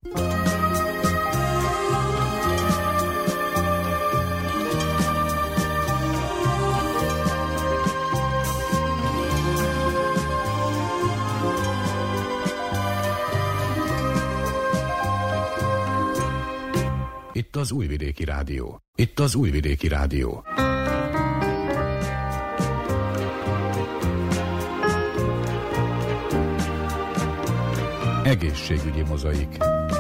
Itt az Újvidéki Rádió. Itt az Újvidéki Rádió. Egészségügyi mozaik.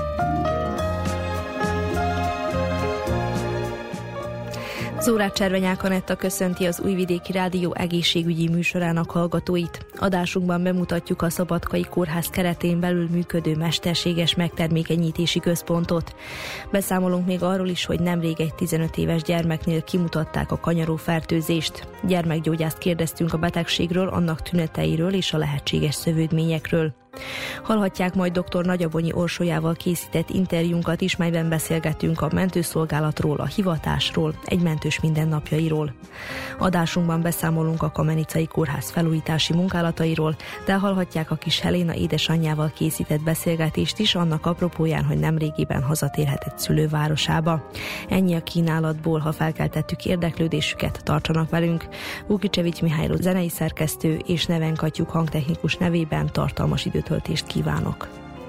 Zórát Cservenyák Anetta köszönti az Újvidéki Rádió egészségügyi műsorának hallgatóit. Adásunkban bemutatjuk a Szabadkai Kórház keretén belül működő mesterséges megtermékenyítési központot. Beszámolunk még arról is, hogy nemrég egy 15 éves gyermeknél kimutatták a kanyarófertőzést. Gyermekgyógyászt kérdeztünk a betegségről, annak tüneteiről és a lehetséges szövődményekről. Hallhatják majd dr. Nagyabonyi Orsolyával készített interjúnkat is, melyben beszélgetünk a mentőszolgálatról, a hivatásról, egy mentős mindennapjairól. Adásunkban beszámolunk a Kamenicai Kórház felújítási munkálatairól, de hallhatják a kis Helena édesanyjával készített beszélgetést is, annak apropóján, hogy nemrégiben hazatérhetett szülővárosába. Ennyi a kínálatból, ha felkeltettük érdeklődésüket, tartsanak velünk. Vukicevics Mihály zenei szerkesztő és Nevenkatyuk hangtechnikus nevében tartalmas időtöltést kívánok.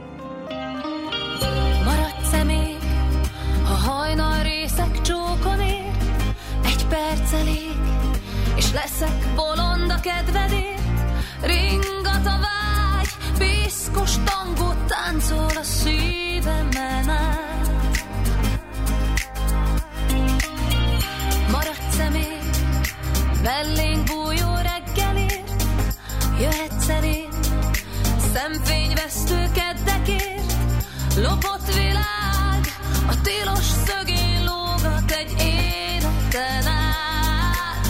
Maradsz-e még, ha hajnal részek csókon ér? Egy perc elég, és leszek bolond a kedvedért. Ringat a vágy, piszkos tangót táncol a szívemen át. Maradsz-e még, mellénk bújó reggelért? Jöhetsz elé, szemfényvesztő keddekért. Lopott világ, a tilos szögén lógat egy életen át.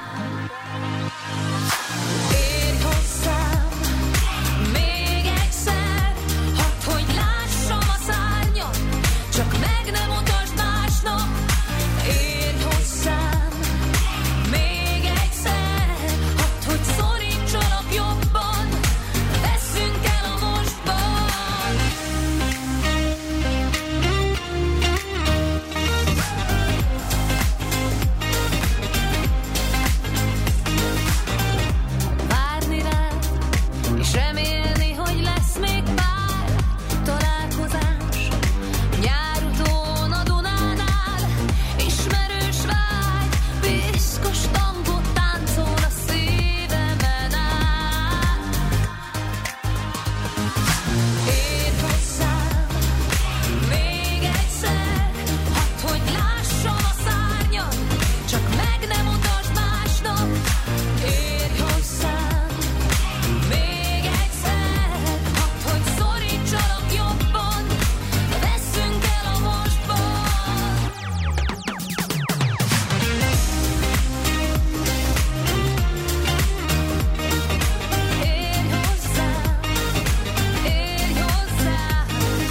Érj hozzám még egyszer, hadd, hogy lássam a szárnyat, csak meg nem mutasd másnak. Érj hozzám még egyszer, hadd, hogy szorítsalak jobban, veszünk el a mostban. Várni rád, és remélni, hogy lesz még pár találkozás. Nyárutón a Dunánál, ismerős vágy, piszkos tangót táncol a szívemen át. Érj hozzám még egyszer, hadd, hogy lássam a szárnyat, csak meg nem mutasd másnak. Érj hozzám még egyszer, hadd, hogy szorítsalak jobban, veszünk el a mostban. Érj hozzám, érj hozzám.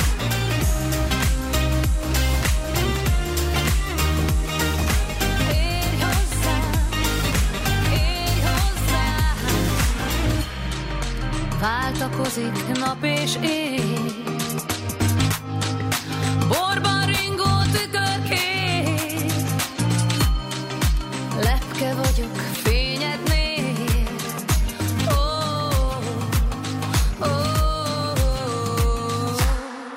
Érj hozzám, érj hozzám. Váltakozik nap és éj, borban ringó tükörkép. Lepke vagyok fényednél. Oh, oh, oh.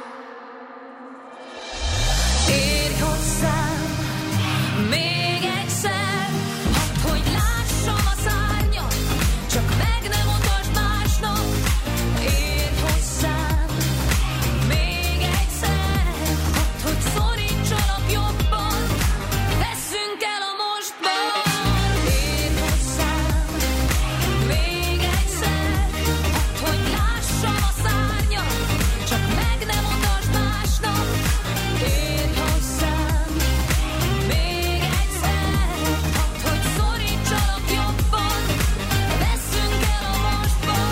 Érj hozzám még egyszer, hadd, hogy lássam a szárnyat, csak meg nem mutasd másnak. Érj hozzám még egyszer, hadd, hogy szorítsalak jobban, veszünk el a mostban. Érj hozzám még egyszer, hadd, hogy lássam a szárnyat, csak meg nem mutasd másnak. Érj hozzám még egyszer, hadd, hogy szorítsalak jobban, veszünk el a mostban.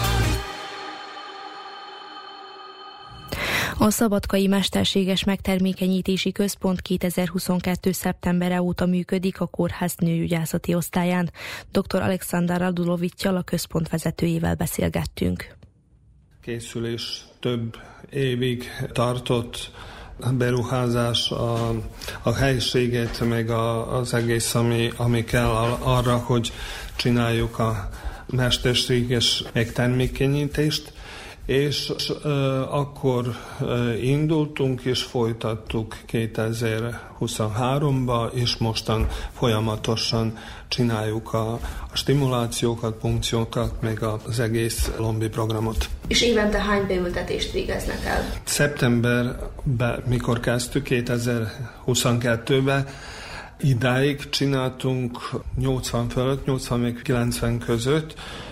A Szabadkai Mesterséges Megtermékenyítési Központ 2022. szeptembere óta működik a kórház nőgyógyászati osztályán. Dr. Alexander Radulowicz-jal, a központ vezetőjével beszélgettünk. Készülés több évig tartott beruházás a helyiséget, meg az egész, ami kell arra, hogy csináljuk a mesterséges megtermékenyítést, és akkor indultunk és folytattuk 2023-ba, és mostan folyamatosan csináljuk a stimulációkat, punkciókat, meg az egész Lombi programot. És évente hány beültetést végeznek el? Szeptemberben, mikor kezdtük, 2022-ben, idáig csináltunk 80 fölött, 80 még 90 között,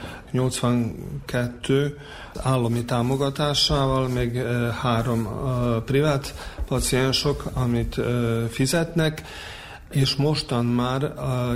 82 állami támogatásával, még 3 privát paciensok, amit fizetnek, és mostan már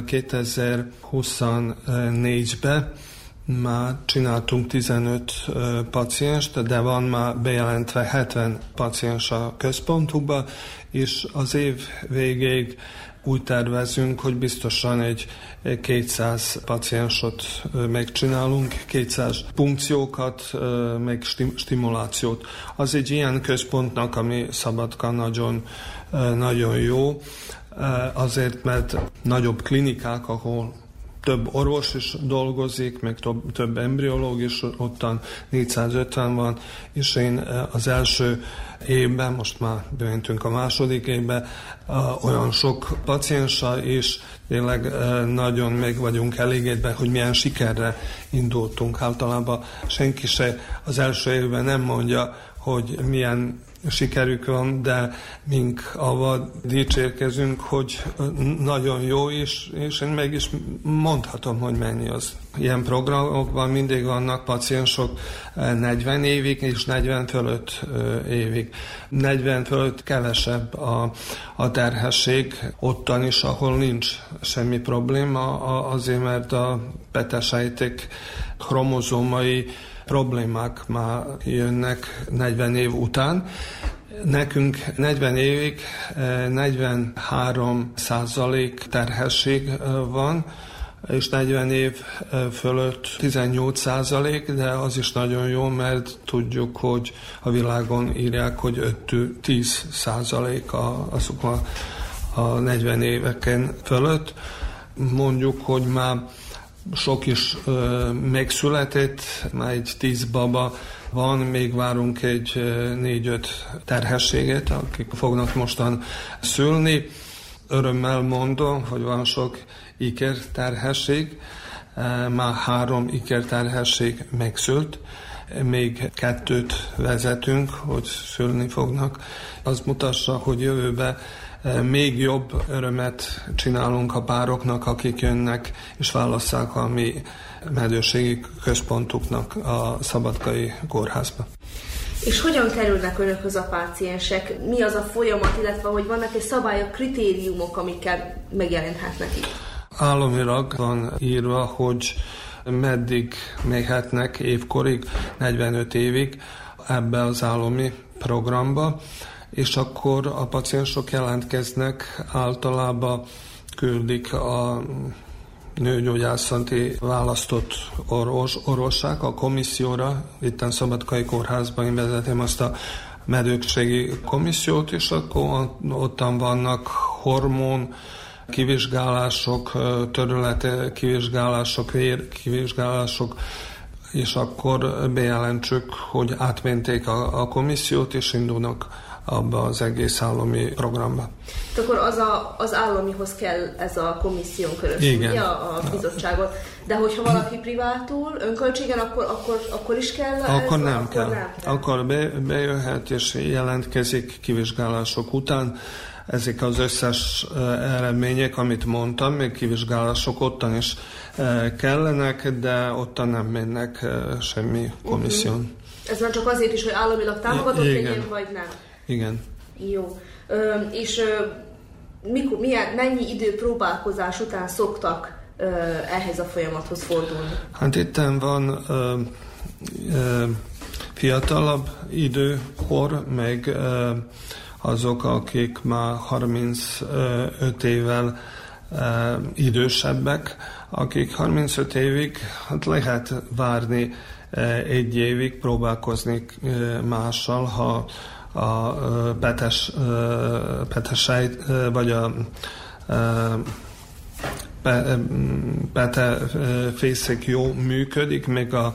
2024-ben már csináltunk 15 pacienst, de van már bejelentve 70 paciens a központukban, és az év végéig úgy tervezünk, hogy biztosan egy 200 paciensot megcsinálunk, 200 punkciókat, meg stimulációt. Az egy ilyen központnak, ami Szabadka nagyon, nagyon jó, azért, mert nagyobb klinikák, ahol több orvos is dolgozik, meg több embriológus, ottan 450 van, és én az első évben, most már bementünk a második évben, olyan sok pacienssal, és tényleg nagyon meg vagyunk elégedve, hogy milyen sikerre indultunk. Általában senki se az első évben nem mondja, hogy milyen sikerük van, de mink avval dicsérkezünk, hogy nagyon jó, és én meg is mondhatom, hogy mennyi az. Ilyen programokban mindig vannak paciensok 40 évig és 40 fölött évig. 40 fölött kevesebb a terhesség ottan is, ahol nincs semmi probléma, azért mert a betesejték chromozómai problémák már jönnek 40 év után. Nekünk 40 évig 43% terhesség van, és 40 év fölött 18%, de az is nagyon jó, mert tudjuk, hogy a világon írják, hogy 5-10% azok a 40 éveken fölött. Mondjuk, hogy már sok is megszületett, már egy 10 baba van, még várunk egy 4-5 terhességet, akik fognak mostan szülni. Örömmel mondom, hogy van sok ikerterhesség, már 3 ikerterhesség megszült, még 2 vezetünk, hogy szülni fognak. Az mutassa, hogy jövőben még jobb örömet csinálunk a pároknak, akik jönnek és válasszák a mi meddőségi központuknak a Szabadkai kórházba. És hogyan kerülnek önökhöz a páciensek? Mi az a folyamat, illetve hogy vannak-e szabályok, kritériumok, amikkel megjelenthetnek itt? Államilag van írva, hogy meddig mehetnek évkorig, 45 évig ebbe az állami programba, és akkor a paciensok jelentkeznek, általában küldik a nőgyógyászati választott orvosság a komisszióra. Itten Szabadkai kórházban én vezetem azt a meddőségi komissziót, és akkor ottan vannak hormon kivizsgálások, területe kivizsgálások, vér kivizsgálások, és akkor bejelentsük, hogy átmenték a komissziót, és indulnak abba az egész állami programba. Tehát akkor az államihoz kell ez a komisszión körösülni, a bizottságot. De hogyha valaki privátul, önköltségen, akkor is kell? Akkor nem kell. Akkor bejöhet és jelentkezik kivizsgálások után. Ezek az összes eredmények, amit mondtam, még kivizsgálások ottan is kellenek, de ottan nem mennek semmi komisszión. Ez már csak azért is, hogy államilag támogatott legyen, vagy nem? Igen. Jó. És mennyi idő próbálkozás után szoktak ehhez a folyamathoz fordulni? Hát itten van fiatalabb időkor, meg azok, akik már 35 évvel idősebbek, akik 35 évig hát lehet várni 1 évig próbálkozni mással, ha a petesejt vagy a petefészek jó működik, még a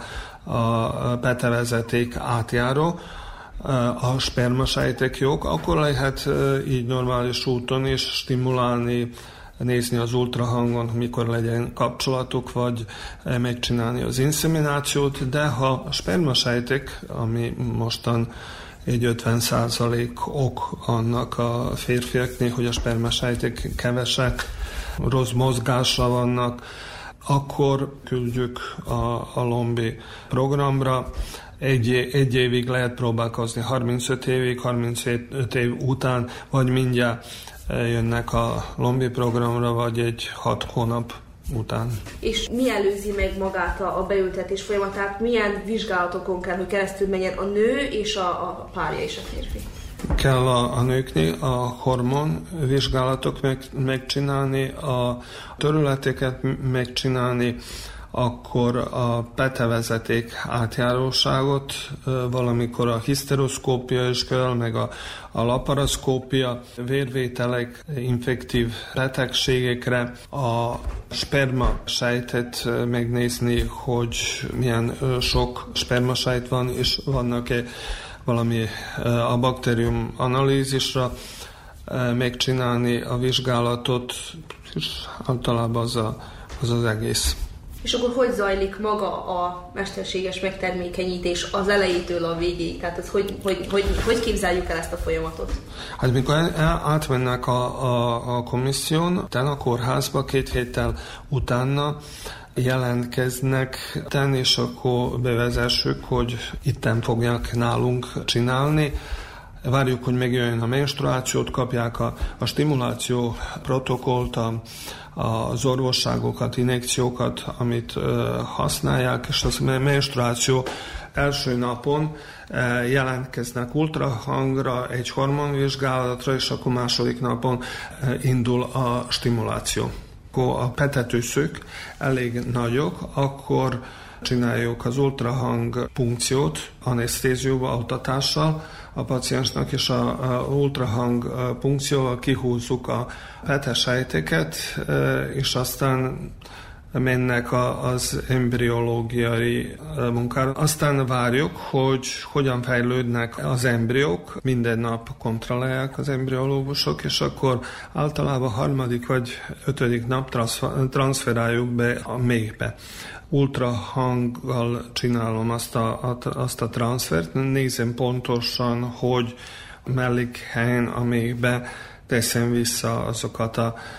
petevezeték átjáró, a spermasejtek jók, akkor lehet így normális úton is stimulálni, nézni az ultrahangon, mikor legyen kapcsolatuk, vagy megcsinálni az inszeminációt, de ha a spermasejtek, ami mostan egy 50% ok annak a férfiaknél, hogy a spermasejtek kevesek, rossz mozgásra vannak, akkor küldjük a Lombi programra. Egy évig lehet próbálkozni, 35 évig, 35 év után, vagy mindjárt jönnek a Lombi programra, vagy egy 6 hónap után. És mi előzi meg magát a beültetés folyamatát? Milyen vizsgálatokon kell, hogy keresztül menjen a nő és a párja és a férfi? Kell a nőknél a hormonvizsgálatok megcsinálni, a területeket megcsinálni, akkor a petevezeték átjáróságot, valamikor a hiszteroszkópia is kell, meg a laparoszkópia, vérvételek, infektív betegségekre, a spermasejtet megnézni, hogy milyen sok spermasejt van, és vannak-e valami a baktérium analízisra megcsinálni a vizsgálatot, és általában az egész. És akkor hogy zajlik maga a mesterséges megtermékenyítés az elejétől a végéig? Tehát ez hogy képzeljük el ezt a folyamatot? Hát mikor átmennek a komisszión, a kórházba 2 héttel utána jelentkeznek, és akkor bevezessük, hogy itten fogják nálunk csinálni. Várjuk, hogy megjöjjön a menstruációt, kapják a stimuláció protokollt, az orvosságokat, injekciókat, amit használják, és az menstruáció első napon jelentkeznek ultrahangra, egy hormonvizsgálatra, és akkor második napon indul a stimuláció. Akkor a petetőszök elég nagyok, akkor csináljuk az ultrahang punkciót anesztézióval, altatással a paciensnak, és a ultrahang punkcióval kihúzzuk a petesejteket, és aztán mennek az embriológiai munkára. Aztán várjuk, hogy hogyan fejlődnek az embriók. Minden nap kontrollálják az embriológusok, és akkor általában 3. vagy 5. nap transferáljuk be a méhbe. Ultrahanggal csinálom azt a transfert, nézem pontosan, hogy melyik helyen a méhbe teszem vissza azokat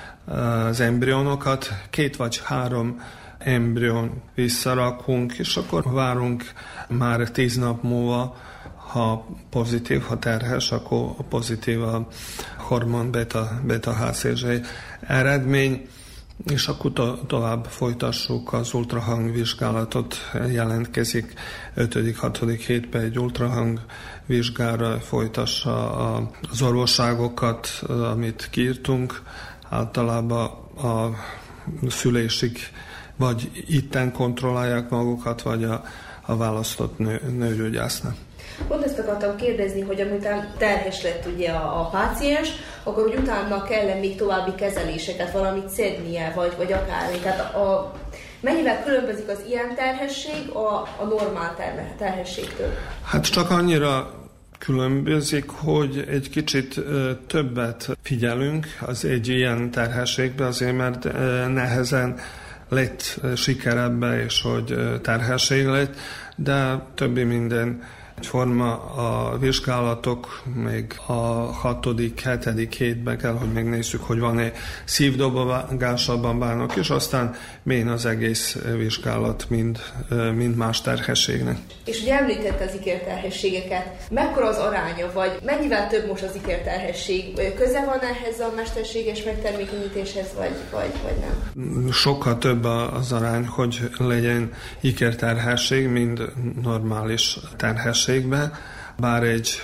az embrionokat. 2 vagy 3 embrión visszarakunk, és akkor várunk már 10 nap múlva, ha pozitív, ha terhes, akkor pozitív a hormon beta-HCG eredmény, és akkor tovább folytassuk az ultrahang vizsgálatot, jelentkezik 5.-6. hétben egy ultrahang vizsgára, folytassa az orvosságokat, amit kiírtunk, általában a szülésig vagy itten kontrollálják magukat, vagy a választott nőgyógyásznál. Pont ezt akartam kérdezni, hogy amiután terhes lett ugye a páciens, akkor hogy utána kell még további kezeléseket, valamit szednie, vagy akármi. Tehát mennyivel különbözik az ilyen terhesség a normál terhességtől? Hát csak annyira különbözik, hogy egy kicsit többet figyelünk az egy ilyen terhességbe, azért mert nehezen lett sikerebbe, és hogy terhesség lett, de többi minden egyforma a vizsgálatok, még a 6., 7. hétben kell, hogy megnézzük, hogy van-e szívdobogásabban bánok, és aztán milyen az egész vizsgálat, mind más terhességnek. És ugye említette az ikerterhességeket. Mekkora az aránya, vagy mennyivel több most az ikerterhesség? Köze van ehhez a mesterséges megtermékenyítéshez, vagy nem? Sokkal több az arány, hogy legyen ikerterhesség, mint normális terhességben. Bár egy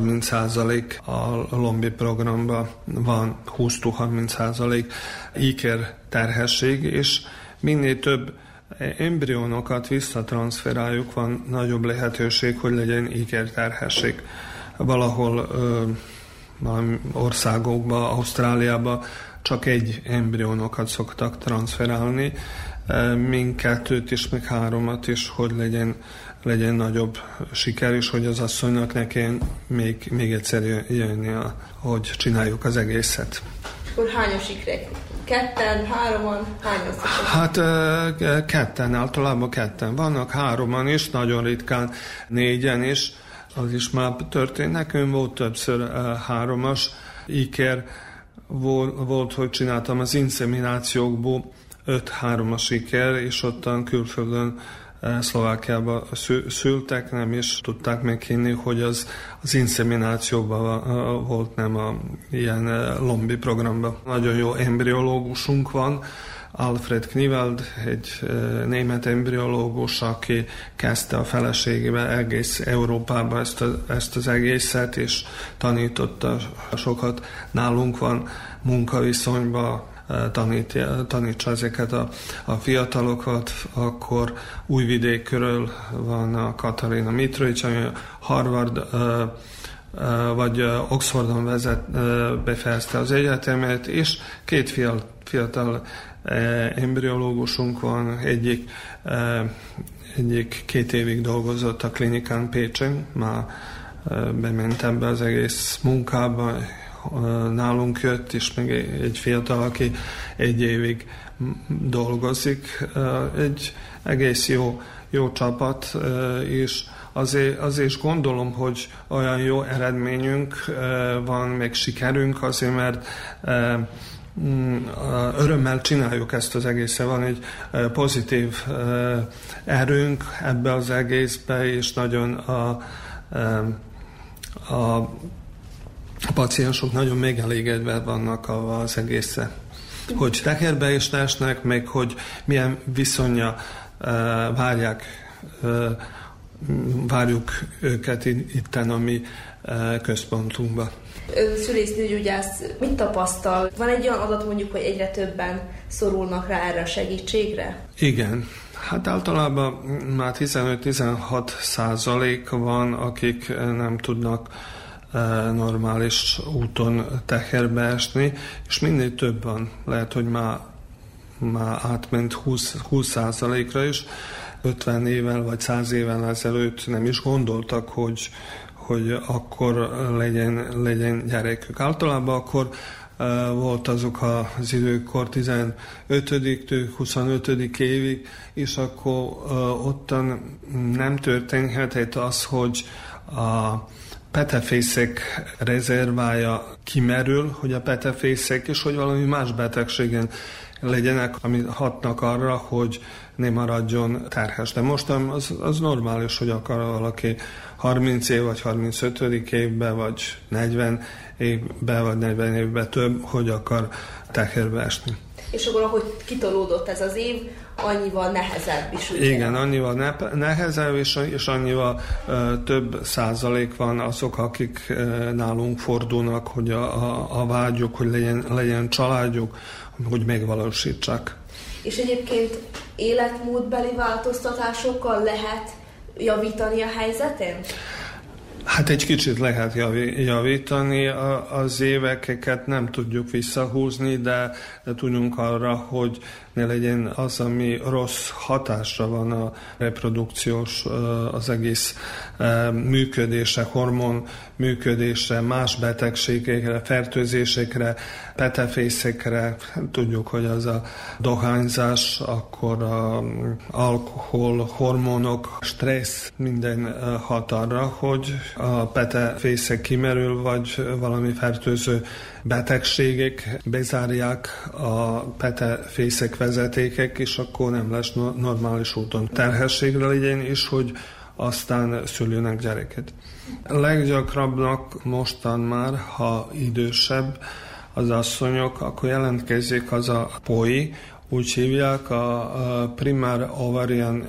30% a Lombi programban van 20-30% ikerterhesség, és minél több embriónokat visszatranszferáljuk, van nagyobb lehetőség, hogy legyen ikerterhesség. Valahol országokban, Ausztráliában csak egy embriónokat szoktak transferálni, még 2 is, még 3 is, hogy legyen nagyobb siker, és hogy az asszonynak ne kelljen még egyszer jönni, hogy csináljuk az egészet. Akkor hányos ikrek? 2-en, 3-an, hányan? Hát 2, általában 2. Vannak 3-an is, nagyon ritkán 4-en is. Az is már történt. Nekünk volt többször 3-as iker. Volt, hogy csináltam az inszeminációkból 5 3-as iker, és ottan külföldön Szlovákiában szültek, nem is tudták meghinni, hogy az inszeminációban volt, nem a ilyen lombi programban. Nagyon jó embriológusunk van, Alfred Kniveld, egy német embriológus, aki kezdte a feleségével egész Európában ezt az egészet, és tanította sokat. Nálunk van munkaviszonyban, tanítsa ezeket a fiatalokat, akkor Újvidékről van a Katarina Mitrovics, ami Harvard vagy Oxfordon befejezte az egyetemet, és 2 fiatal embriológusunk van, egyik 2 évig dolgozott a klinikán Pécsen, már bement ebbe az egész munkába, nálunk jött, és még egy fiatal, aki 1 évig dolgozik. Egy egész jó csapat, és azért gondolom, hogy olyan jó eredményünk van, meg sikerünk, azért, mert örömmel csináljuk ezt az egészet. Van egy pozitív erőnk ebbe az egészbe, és nagyon a paciensok nagyon megelégedve vannak az egésze. Hogy teherbe is esnek, meg hogy milyen viszonya várjuk őket itten a mi központunkba. Szülésznőgyógyász mit tapasztal? Van egy olyan adat mondjuk, hogy egyre többen szorulnak rá erre a segítségre? Igen. Hát általában már 15-16% van, akik nem tudnak normális úton teherbe esni, és minél több van. Lehet, hogy már átment 20%-ra is. 50 évvel vagy 100 évvel ezelőtt nem is gondoltak, hogy akkor legyen gyerekük. Általában akkor volt azok az időkor 15-től 25. évig, és akkor ottan nem történhetett az, hogy a petefészek rezervája kimerül, hogy a petefészek és hogy valami más betegségen legyenek, ami hatnak arra, hogy ne maradjon terhes. De most az normális, hogy akar valaki 30 év, vagy 35. évben, vagy 40 évben, vagy 40 évben több, hogy akar teherbe esni. És akkor, ahogy kitolódott ez az év, annyival nehezebb is. Ugye? Igen, annyival nehezebb, és annyival több százalék van azok, akik nálunk fordulnak, hogy a vágyuk, hogy legyen családjuk, hogy megvalósítsák. És egyébként életmódbeli változtatásokkal lehet javítani a helyzetén? Hát egy kicsit lehet javítani, az éveket nem tudjuk visszahúzni, de tudunk arra, hogy ne legyen az, ami rossz hatásra van a reprodukciós, az egész működése, hormon működésre, más betegségekre, fertőzésekre, petefészekre. Tudjuk, hogy az a dohányzás, akkor alkohol, hormonok, stressz, minden hat arra, hogy a petefészek kimerül, vagy valami fertőző betegségek bezárják a petefészek vezetékek, és akkor nem lesz normális úton terhességre legyen, és hogy aztán szülőnek gyereket. Leggyakrabbnak mostan már, ha idősebb az asszonyok, akkor jelentkezik az a POI, úgy hívják a Primary Ovarian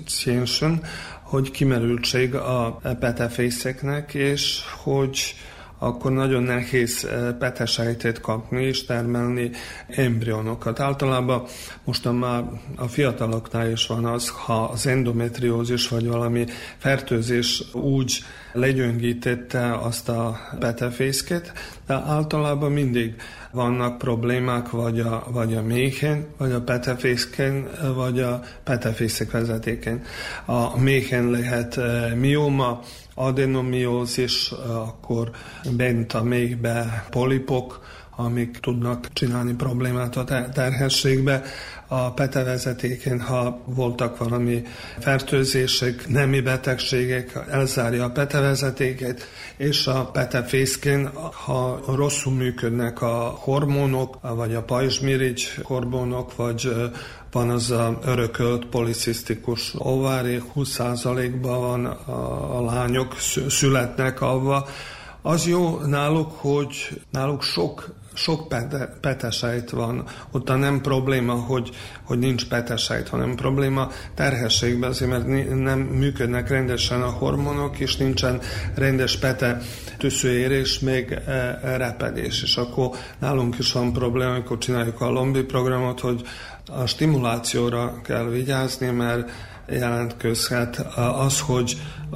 Insufficiency, hogy kimerültség a petefészeknek, és hogy akkor nagyon nehéz petesejtét kapni és termelni embrionokat. Általában most már a fiataloknál is van az, ha az endometriózis vagy valami fertőzés úgy legyöngítette azt a petefészket, de általában mindig vannak problémák vagy a méhen, vagy a petefészken, vagy a petefészek vezetéken. A méhen lehet mioma, adenomiózis, akkor bent a méhbe polipok, amik tudnak csinálni problémát a terhességbe. A petevezetéken, ha voltak valami fertőzések, nemi betegségek, elzárja a petevezetéket, és a petefészken, ha rosszul működnek a hormonok, vagy a pajzsmirigy hormonok, vagy van az a örökölt policisztikus ovári, 20%-ban van a lányok születnek avva. Az jó náluk, hogy náluk sok petesejt van. Ott nem probléma, hogy nincs petesejt, hanem probléma terhességben, azért mert nem működnek rendesen a hormonok, és nincsen rendes pete tüszőérés, még repedés. És akkor nálunk is van probléma, amikor csináljuk a Lombi programot, hogy a stimulációra kell vigyázni, mert jelentkezhet az, hogy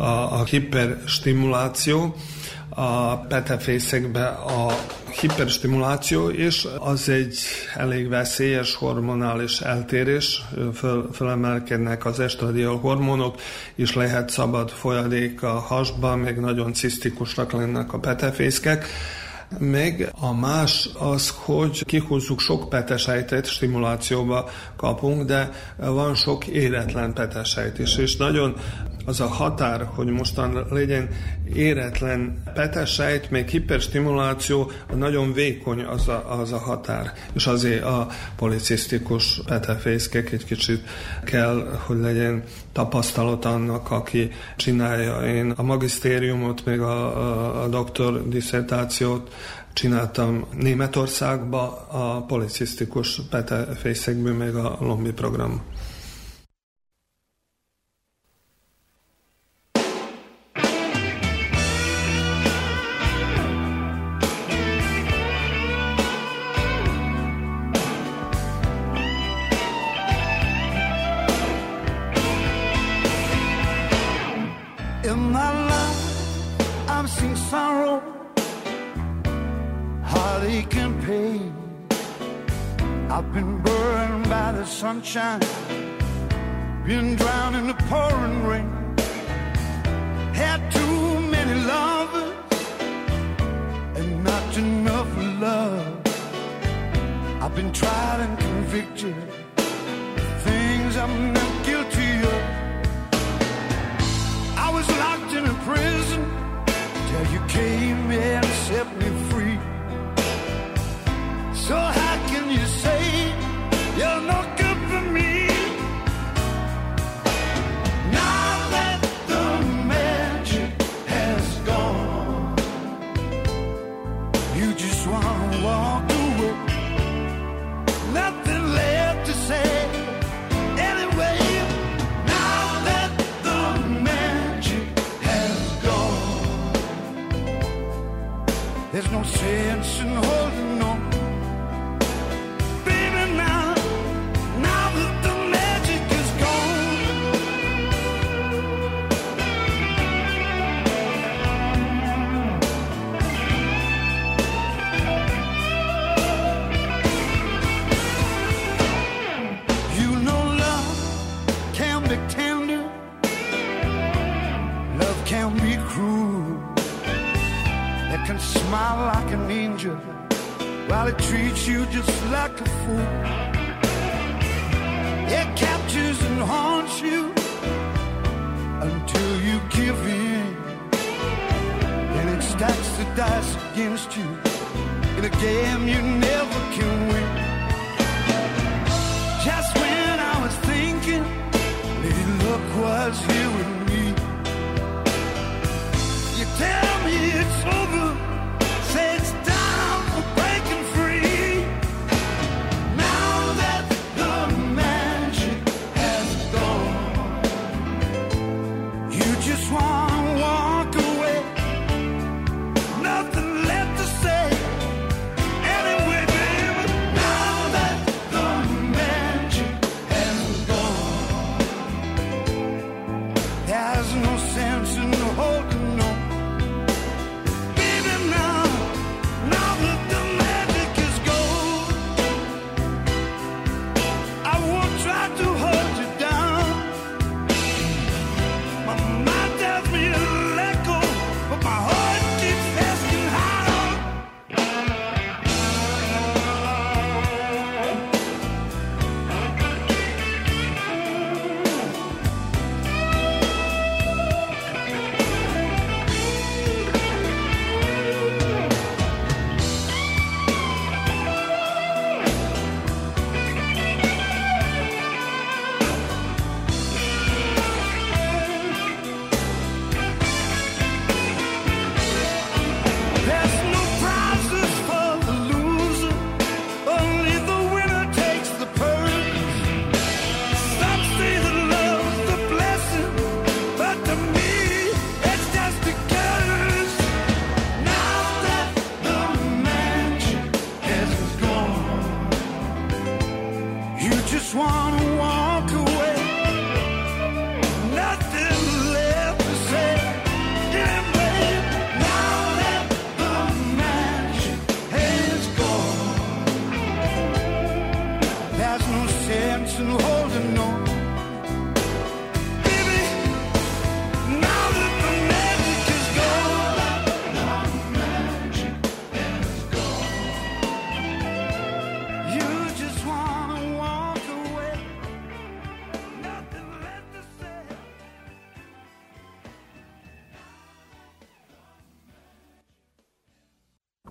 a hiperstimuláció, a petefészekbe a hiperstimuláció, és az egy elég veszélyes hormonális eltérés, fölemelkednek az esztradiol hormonok, és lehet szabad folyadék a hasban, még nagyon cisztikusak lennek a petefészkek. Meg a más az, hogy kihúzzuk sok petesejtet, stimulációba kapunk, de van sok éretlen petesejt is, és nagyon az a határ, hogy mostan legyen éretlen petesejt, még hiperstimuláció, nagyon vékony az a határ. És azért a policisztikus petefészkek egy kicsit kell, hogy legyen tapasztalat annak, aki csinálja. Én a magisztériumot, még a doktor disszertációt csináltam Németországba, a policisztikus petefészekből, meg a Lombi program. I've been burned by the sunshine, been drowned in the pouring rain, had too many lovers and not enough love. I've been tried and convicted of things I'm not guilty of. I was locked in a prison till you came and set me free. So how can you say you're no good for me? Now that the magic has gone, you just wanna walk away. Nothing left to say anyway. Now that the magic has gone, there's no sense in holding on. Can smile like an angel while it treats you just like a fool. It captures and haunts you until you give in, and it stacks the dice against you in a game you never can win. Just when I was thinking Lady Luck was here with me, you tell me it's over, say it's time for breaking free. Now that the magic has gone, you just wanna walk away. Nothing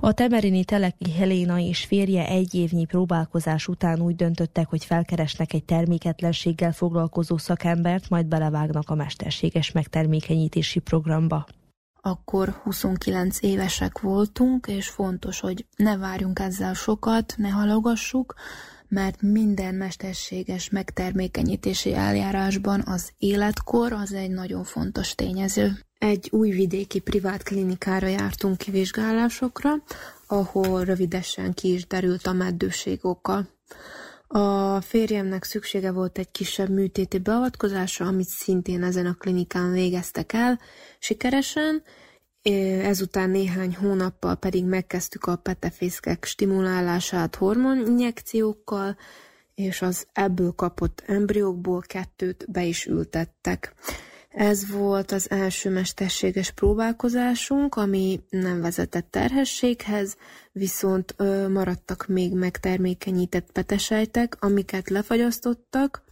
A temerini Teleki Helena és férje egy évnyi próbálkozás után úgy döntöttek, hogy felkeresnek egy terméketlenséggel foglalkozó szakembert, majd belevágnak a mesterséges megtermékenyítési programba. Akkor 29 évesek voltunk, és fontos, hogy ne várjunk ezzel sokat, ne halogassuk, mert minden mesterséges megtermékenyítési eljárásban az életkor az egy nagyon fontos tényező. Egy újvidéki privát klinikára jártunk kivizsgálásokra, ahol rövidesen ki is derült a meddőség oka. A férjemnek szüksége volt egy kisebb műtéti beavatkozásra, amit szintén ezen a klinikán végeztek el sikeresen, ezután néhány hónappal pedig megkezdtük a petefészkek stimulálását hormoninjekciókkal, és az ebből kapott embriókból 2 be is ültettek. Ez volt az első mesterséges próbálkozásunk, ami nem vezetett terhességhez, viszont maradtak még megtermékenyített petesejtek, amiket lefagyasztottak.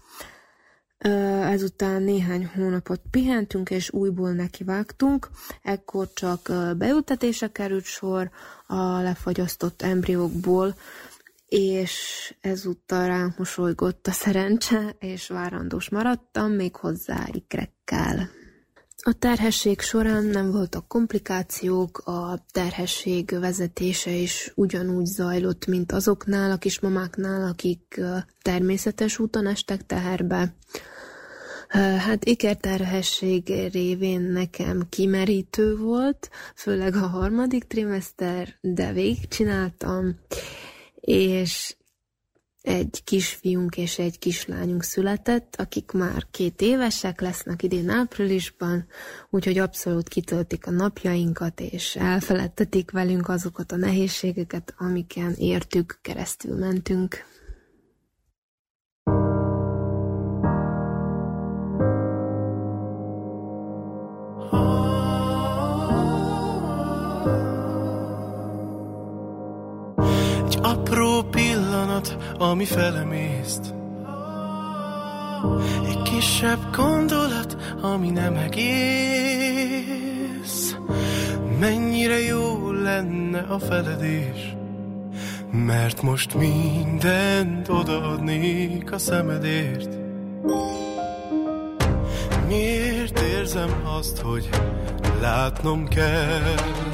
Ezután néhány hónapot pihentünk, és újból nekivágtunk. Ekkor csak beültetésre került sor a lefagyasztott embriókból, és ezúttal ránk mosolygott a szerencse, és várandós maradtam, még hozzá ikrekkel. A terhesség során nem voltak komplikációk, a terhesség vezetése is ugyanúgy zajlott, mint azoknál a kismamáknál, akik természetes úton estek teherbe. Hát ikerterhesség révén nekem kimerítő volt, főleg a 3. trimester, de végigcsináltam, és egy kisfiunk és egy kislányunk született, akik már 2 évesek lesznek idén áprilisban, úgyhogy abszolút kitöltik a napjainkat, és elfeledtetik velünk azokat a nehézségeket, amiken értük, keresztül mentünk. Apró pillanat, ami felemészt, egy kisebb gondolat, ami nem egész. Mennyire jó lenne a feledés, mert most mindent odaadnék a szemedért. Miért érzem azt, hogy látnom kell?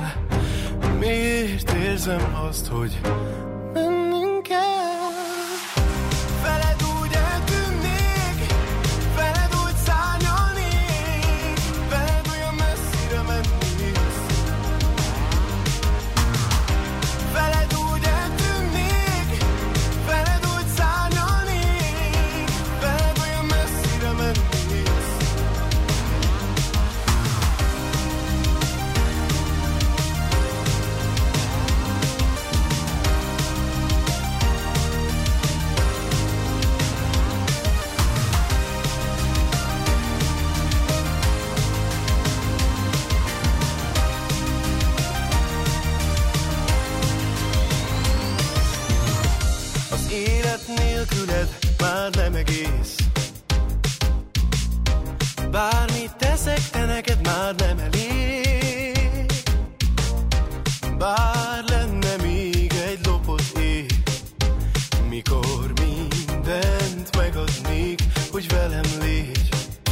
Miért érzem azt, hogy mennünk kell? Veled úgy eltűnnék, veled úgy szárnyalnék, veled olyan messzire mennék. Veled úgy eltűnnék, veled úgy szárnyalnék, veled olyan messzire mennék. Nélküled már nem egész. Bármit teszek, te neked már nem elég. Bár lenne még egy lopott év, mikor mindent megadnék, hogy velem légy.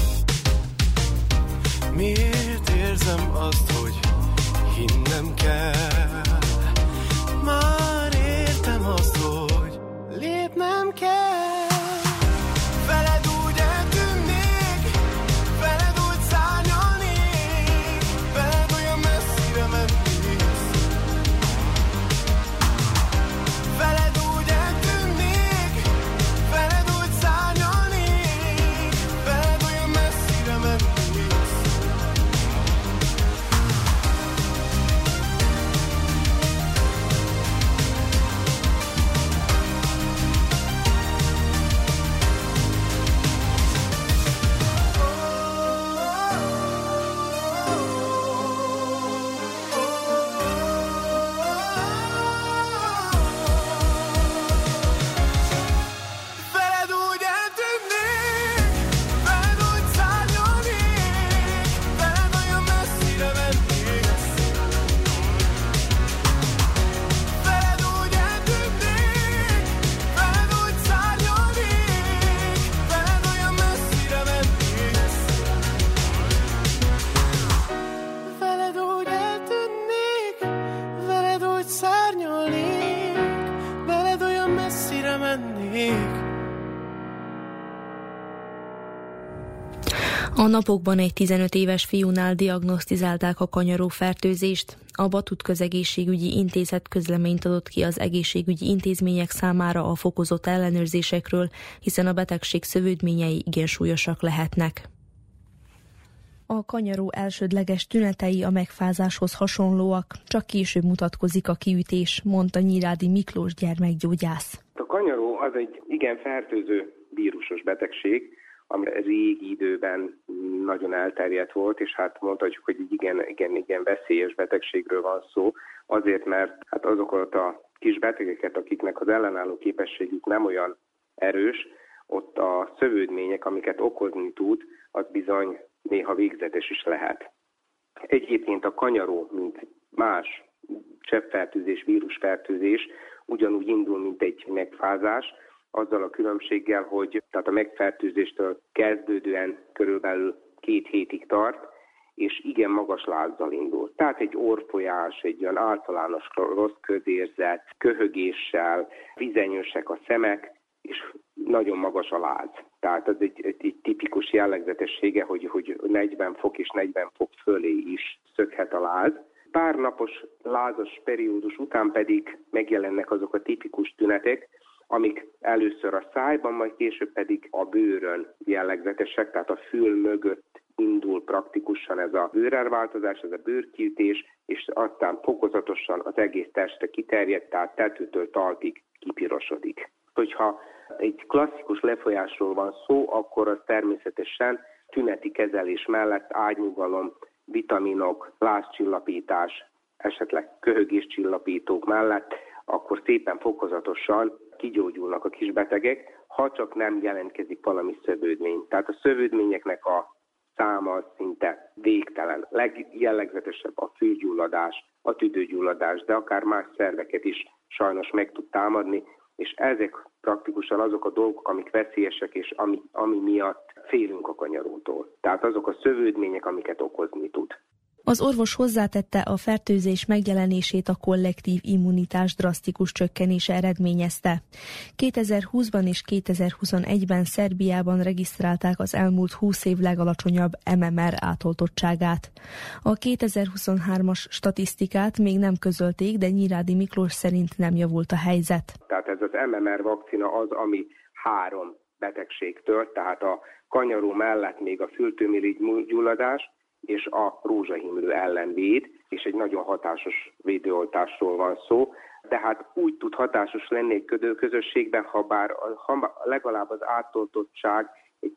Miért érzem azt, hogy hinnem kell? Már értem azt, hogy lépnem kell. Veled úgy eltűnnék, veled úgy szárnyalnék, veled A napokban egy 15 éves fiúnál diagnosztizálták a kanyarófertőzést. A Batut Közegészségügyi Intézet közleményt adott ki az egészségügyi intézmények számára a fokozott ellenőrzésekről, hiszen a betegség szövődményei igen súlyosak lehetnek. A kanyaró elsődleges tünetei a megfázáshoz hasonlóak, csak később mutatkozik a kiütés, mondta Nyírádi Miklós gyermekgyógyász. A kanyaró az egy igen fertőző vírusos betegség, ami régi időben nagyon elterjedt volt, és hát mondhatjuk, hogy egy igen veszélyes betegségről van szó, azért, mert hát azokat a kis betegeket, akiknek az ellenálló képességük nem olyan erős, ott a szövődmények, amiket okozni tud, az bizony néha végzetes is lehet. Egyébként a kanyaró, mint más cseppfertőzés, vírusfertőzés ugyanúgy indul, mint egy megfázás, azzal a különbséggel, hogy tehát a megfertőzéstől kezdődően körülbelül 2 hétig tart, és igen magas lázzal indul. Tehát egy orrfolyás, egy olyan általános rossz közérzet, köhögéssel, vizenyősek a szemek, és nagyon magas a láz. Tehát ez egy tipikus jellegzetessége, hogy 40 fok és 40 fok fölé is szökhet a láz. Pár napos lázas periódus után pedig megjelennek azok a tipikus tünetek, amik először a szájban, majd később pedig a bőrön jellegzetesek, tehát a fül mögött indul praktikusan ez a bőrelváltozás, ez a bőrkiütés, és aztán fokozatosan az egész testre kiterjed, tehát tetőtől talpig kipirosodik. Hogyha egy klasszikus lefolyásról van szó, akkor az természetesen tüneti kezelés mellett ágynyugalom, vitaminok, lázcsillapítás, esetleg köhögéscsillapítók mellett, akkor szépen fokozatosan kigyógyulnak a kisbetegek, ha csak nem jelentkezik valami szövődmény. Tehát a szövődményeknek a száma az szinte végtelen. Legjellegzetesebb a fülgyulladás, a tüdőgyulladás, de akár más szerveket is sajnos meg tud támadni, és ezek praktikusan azok a dolgok, amik veszélyesek, és ami miatt félünk a kanyarótól. Tehát azok a szövődmények, amiket okozni tud. Az orvos hozzátette, a fertőzés megjelenését a kollektív immunitás drasztikus csökkenése eredményezte. 2020-ban és 2021-ben Szerbiában regisztrálták az elmúlt 20 év legalacsonyabb MMR átoltottságát. A 2023-as statisztikát még nem közölték, de Nyírádi Miklós szerint nem javult a helyzet. Tehát ez az MMR vakcina az, ami 3 betegségtől, tehát a kanyaró mellett még a fültőmirigy gyulladás, és a rózsahimlő ellen véd, és egy nagyon hatásos védőoltásról van szó. Tehát úgy tud hatásos lenni egy közösségben, ha legalább az átoltottság egy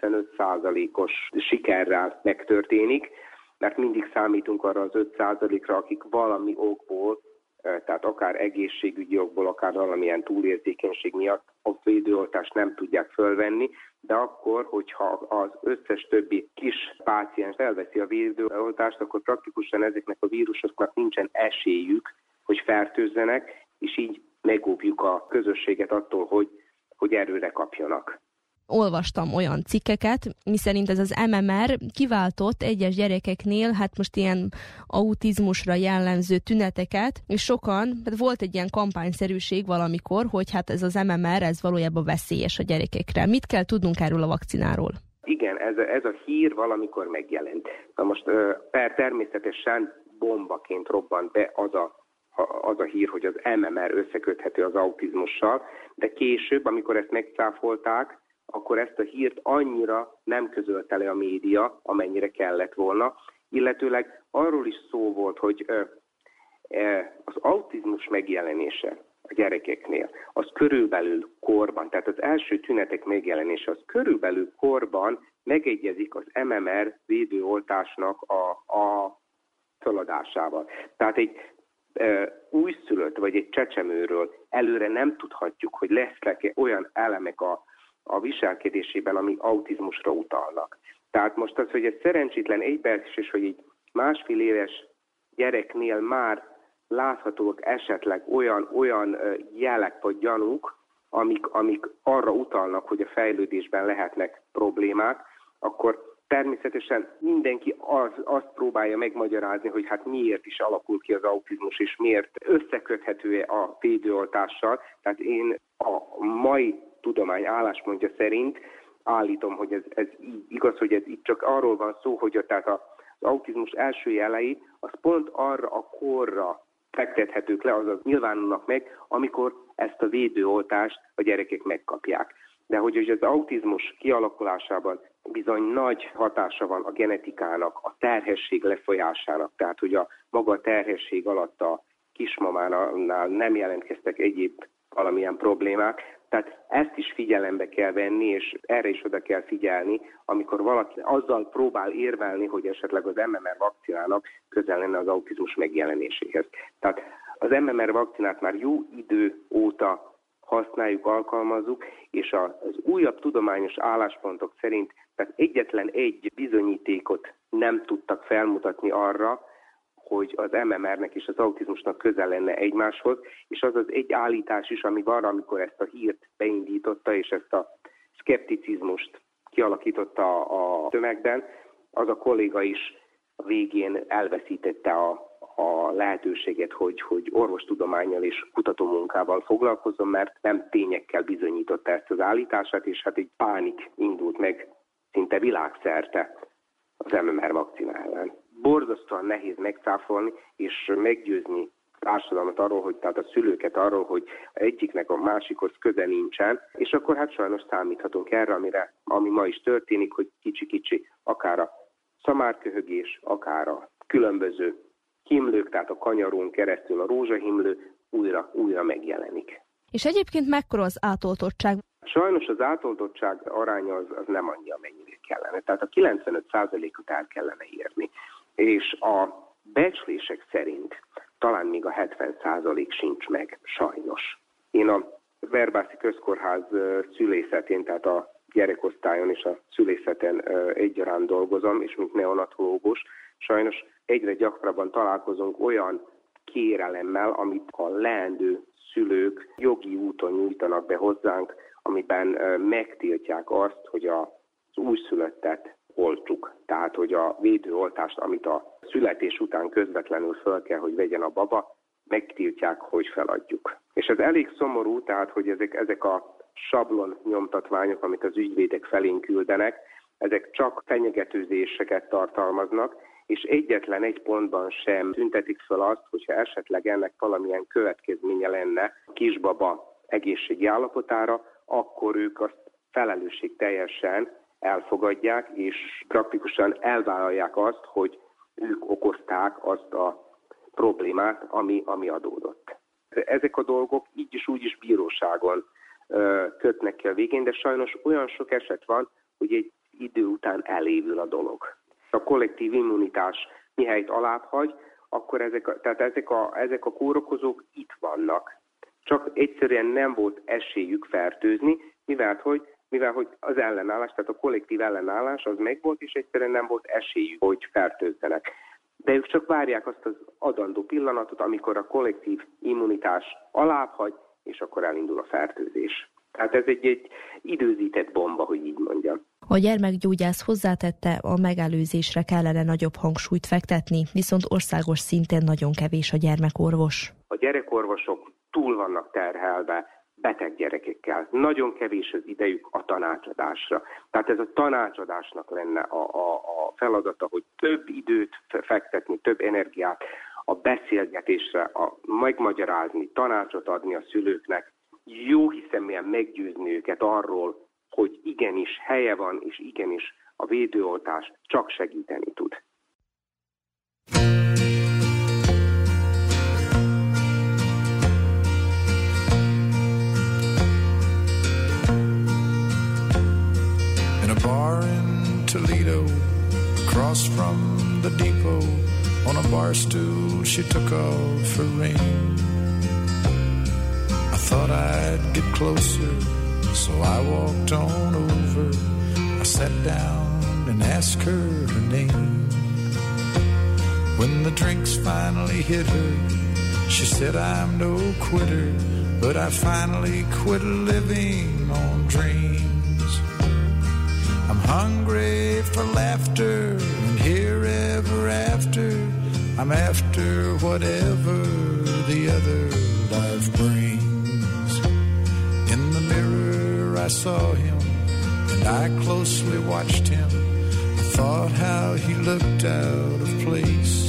95%-os sikerrel megtörténik, mert mindig számítunk arra az 5%-ra, akik valami okból, tehát akár egészségügyi okból, akár valamilyen túlérzékenység miatt a védőoltást nem tudják fölvenni, de akkor, hogyha az összes többi kis páciens elveszi a védőoltást, akkor praktikusan ezeknek a vírusoknak nincsen esélyük, hogy fertőzzenek, és így megóvjuk a közösséget attól, hogy erőre kapjanak. Olvastam olyan cikkeket, miszerint ez az MMR kiváltott egyes gyerekeknél, hát most ilyen autizmusra jellemző tüneteket, és sokan, volt egy ilyen kampányszerűség valamikor, hogy hát ez az MMR, ez valójában veszélyes a gyerekekre. Mit kell tudnunk erről a vakcináról? Igen, ez a hír valamikor megjelent. Na most természetesen bombaként robbant be az a hír, hogy az MMR összeköthető az autizmussal, de később, amikor ezt megcáfolták, akkor ezt a hírt annyira nem közölte le a média, amennyire kellett volna, illetőleg arról is szó volt, hogy az autizmus megjelenése a gyerekeknél, az körülbelül korban, tehát az első tünetek megjelenése, az körülbelül korban megegyezik az MMR védőoltásnak a feladásával. Tehát egy újszülött vagy egy csecsemőről előre nem tudhatjuk, hogy lesznek olyan elemek a viselkedésében, ami autizmusra utalnak. Tehát most az, hogy ez szerencsétlen egybeesés, hogy egy 1,5 éves gyereknél már láthatóak esetleg olyan jelek vagy gyanúk, amik arra utalnak, hogy a fejlődésben lehetnek problémák, akkor természetesen mindenki azt próbálja megmagyarázni, hogy hát miért is alakul ki az autizmus, és miért összeköthető a védőoltással. Tehát én a mai tudomány álláspontja szerint állítom, hogy ez igaz, hogy ez itt csak arról van szó, hogy tehát az autizmus első jelei az pont arra a korra fektethetők le, azaz nyilvánulnak meg, amikor ezt a védőoltást a gyerekek megkapják. De hogy az autizmus kialakulásában bizony nagy hatása van a genetikának, a terhesség lefolyásának, tehát hogy a maga terhesség alatt a kismamánál nem jelentkeztek egyéb valamilyen problémák. Tehát ezt is figyelembe kell venni, és erre is oda kell figyelni, amikor valaki azzal próbál érvelni, hogy esetleg az MMR vakcinának közel lenne az autizmus megjelenéséhez. Tehát az MMR vakcinát már jó idő óta használjuk, alkalmazzuk, és az újabb tudományos álláspontok szerint tehát egyetlen egy bizonyítékot nem tudtak felmutatni arra, hogy az MMR-nek és az autizmusnak közel lenne egymáshoz, és az az egy állítás is, ami van, amikor ezt a hírt beindította, és ezt a szkepticizmust kialakította a tömegben, az a kolléga is a végén elveszítette a lehetőséget, hogy orvostudománnyal és kutatómunkával foglalkozzon, mert nem tényekkel bizonyította ezt az állítását, és hát egy pánik indult meg szinte világszerte az MMR vakcina ellen. Borzasztóan nehéz megcáfolni és meggyőzni a társadalmat arról, hogy tehát a szülőket arról, hogy egyiknek a másikhoz köze nincsen, és akkor hát sajnos számíthatunk erre, ami ma is történik, hogy kicsi-kicsi, akár a szamárköhögés, akár a különböző himlők, tehát a kanyarón keresztül a rózsahimlő újra megjelenik. És egyébként mekkora az átoltottság? Sajnos az átoltottság aránya az nem annyi, amennyire kellene. Tehát a 95%-ot el kellene érni. És a becslések szerint talán még a 70% sincs meg, sajnos. Én a Verbászi Közkórház szülészetén, tehát a gyerekosztályon és a szülészeten egyaránt dolgozom, és mint neonatológus, sajnos egyre gyakrabban találkozunk olyan kérelemmel, amit a leendő szülők jogi úton nyújtanak be hozzánk, amiben megtiltják azt, hogy az újszülöttet oltsuk. Tehát, hogy a védőoltást, amit a születés után közvetlenül föl kell, hogy vegyen a baba, megtiltják, hogy feladjuk. És ez elég szomorú, tehát, hogy ezek a sablon nyomtatványok, amit az ügyvédek felénk küldenek, ezek csak fenyegetőzéseket tartalmaznak, és egyetlen egy pontban sem tüntetik fel azt, hogyha esetleg ennek valamilyen következménye lenne a kisbaba egészségi állapotára, akkor ők azt felelősségteljesen elfogadják, és praktikusan elvállalják azt, hogy ők okozták azt a problémát, ami adódott. Ezek a dolgok így is úgy is bíróságon kötnek ki a végén, de sajnos olyan sok eset van, hogy egy idő után elévül a dolog. A kollektív immunitás mihelyt alábbhagy, akkor ezek a kórokozók itt vannak. Csak egyszerűen nem volt esélyük fertőzni, mivel hogy az ellenállás, tehát a kollektív ellenállás az megvolt, és egyszerűen nem volt esélyük, hogy fertőzzenek. De ők csak várják azt az adandó pillanatot, amikor a kollektív immunitás alábbhagy, és akkor elindul a fertőzés. Tehát ez egy időzített bomba, hogy így mondjam. A gyermekgyógyász hozzátette, a megelőzésre kellene nagyobb hangsúlyt fektetni, viszont országos szinten nagyon kevés a gyermekorvos. A gyerekorvosok túl vannak terhelve beteg gyerekekkel. Nagyon kevés az idejük a tanácsadásra. Tehát ez a tanácsadásnak lenne a feladata, hogy több időt fektetni, több energiát a beszélgetésre, megmagyarázni, tanácsot adni a szülőknek, jó hiszeműen meggyőzni őket arról, hogy igenis helye van, és igenis a védőoltás csak segíteni tud. In a bar in Toledo, across from the depot, on a bar stool she took off her ring. I thought I'd get closer, so I walked on over. I sat down and asked her name. When the drinks finally hit her, she said I'm no quitter, but I finally quit living on dreams. I'm hungry for laughter, and here ever after, I'm after whatever the other life brings. In the mirror I saw him, and I closely watched him. I thought how he looked out of place.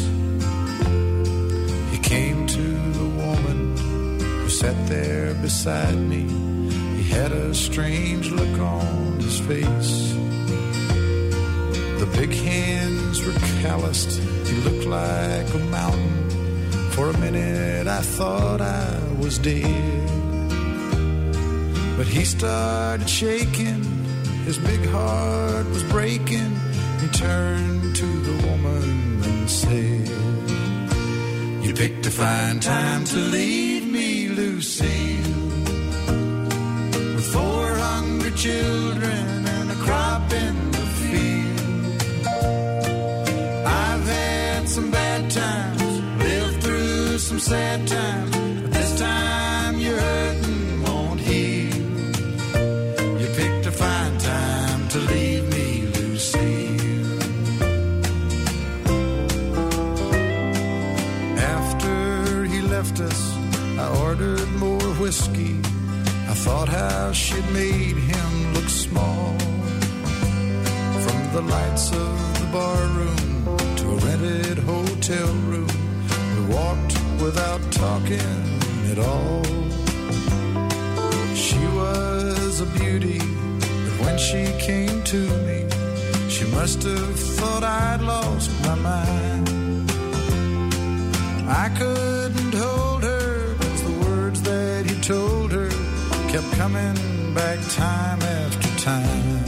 He came to the woman who sat there beside me. He had a strange look on his face. The big hands were calloused. He looked like a mountain. For a minute I thought I was dead. But he started shaking. His big heart was breaking. He turned to the woman and said, "You picked a fine time to leave me, Lucille, with 4 hungry children and a crop in the field. I've had some bad times, lived through some sad times, but this time you're hurting won't heal. You picked a fine time to leave me, Lucille." After he left us, I ordered more whiskey. I thought how she'd made him look small. From the lights of the bar room to a rented hotel room, we walked without talking at all. She was a beauty, but when she came to me, she must have thought I'd lost my mind. I couldn't hold her, because the words that he told her kept coming back time after time.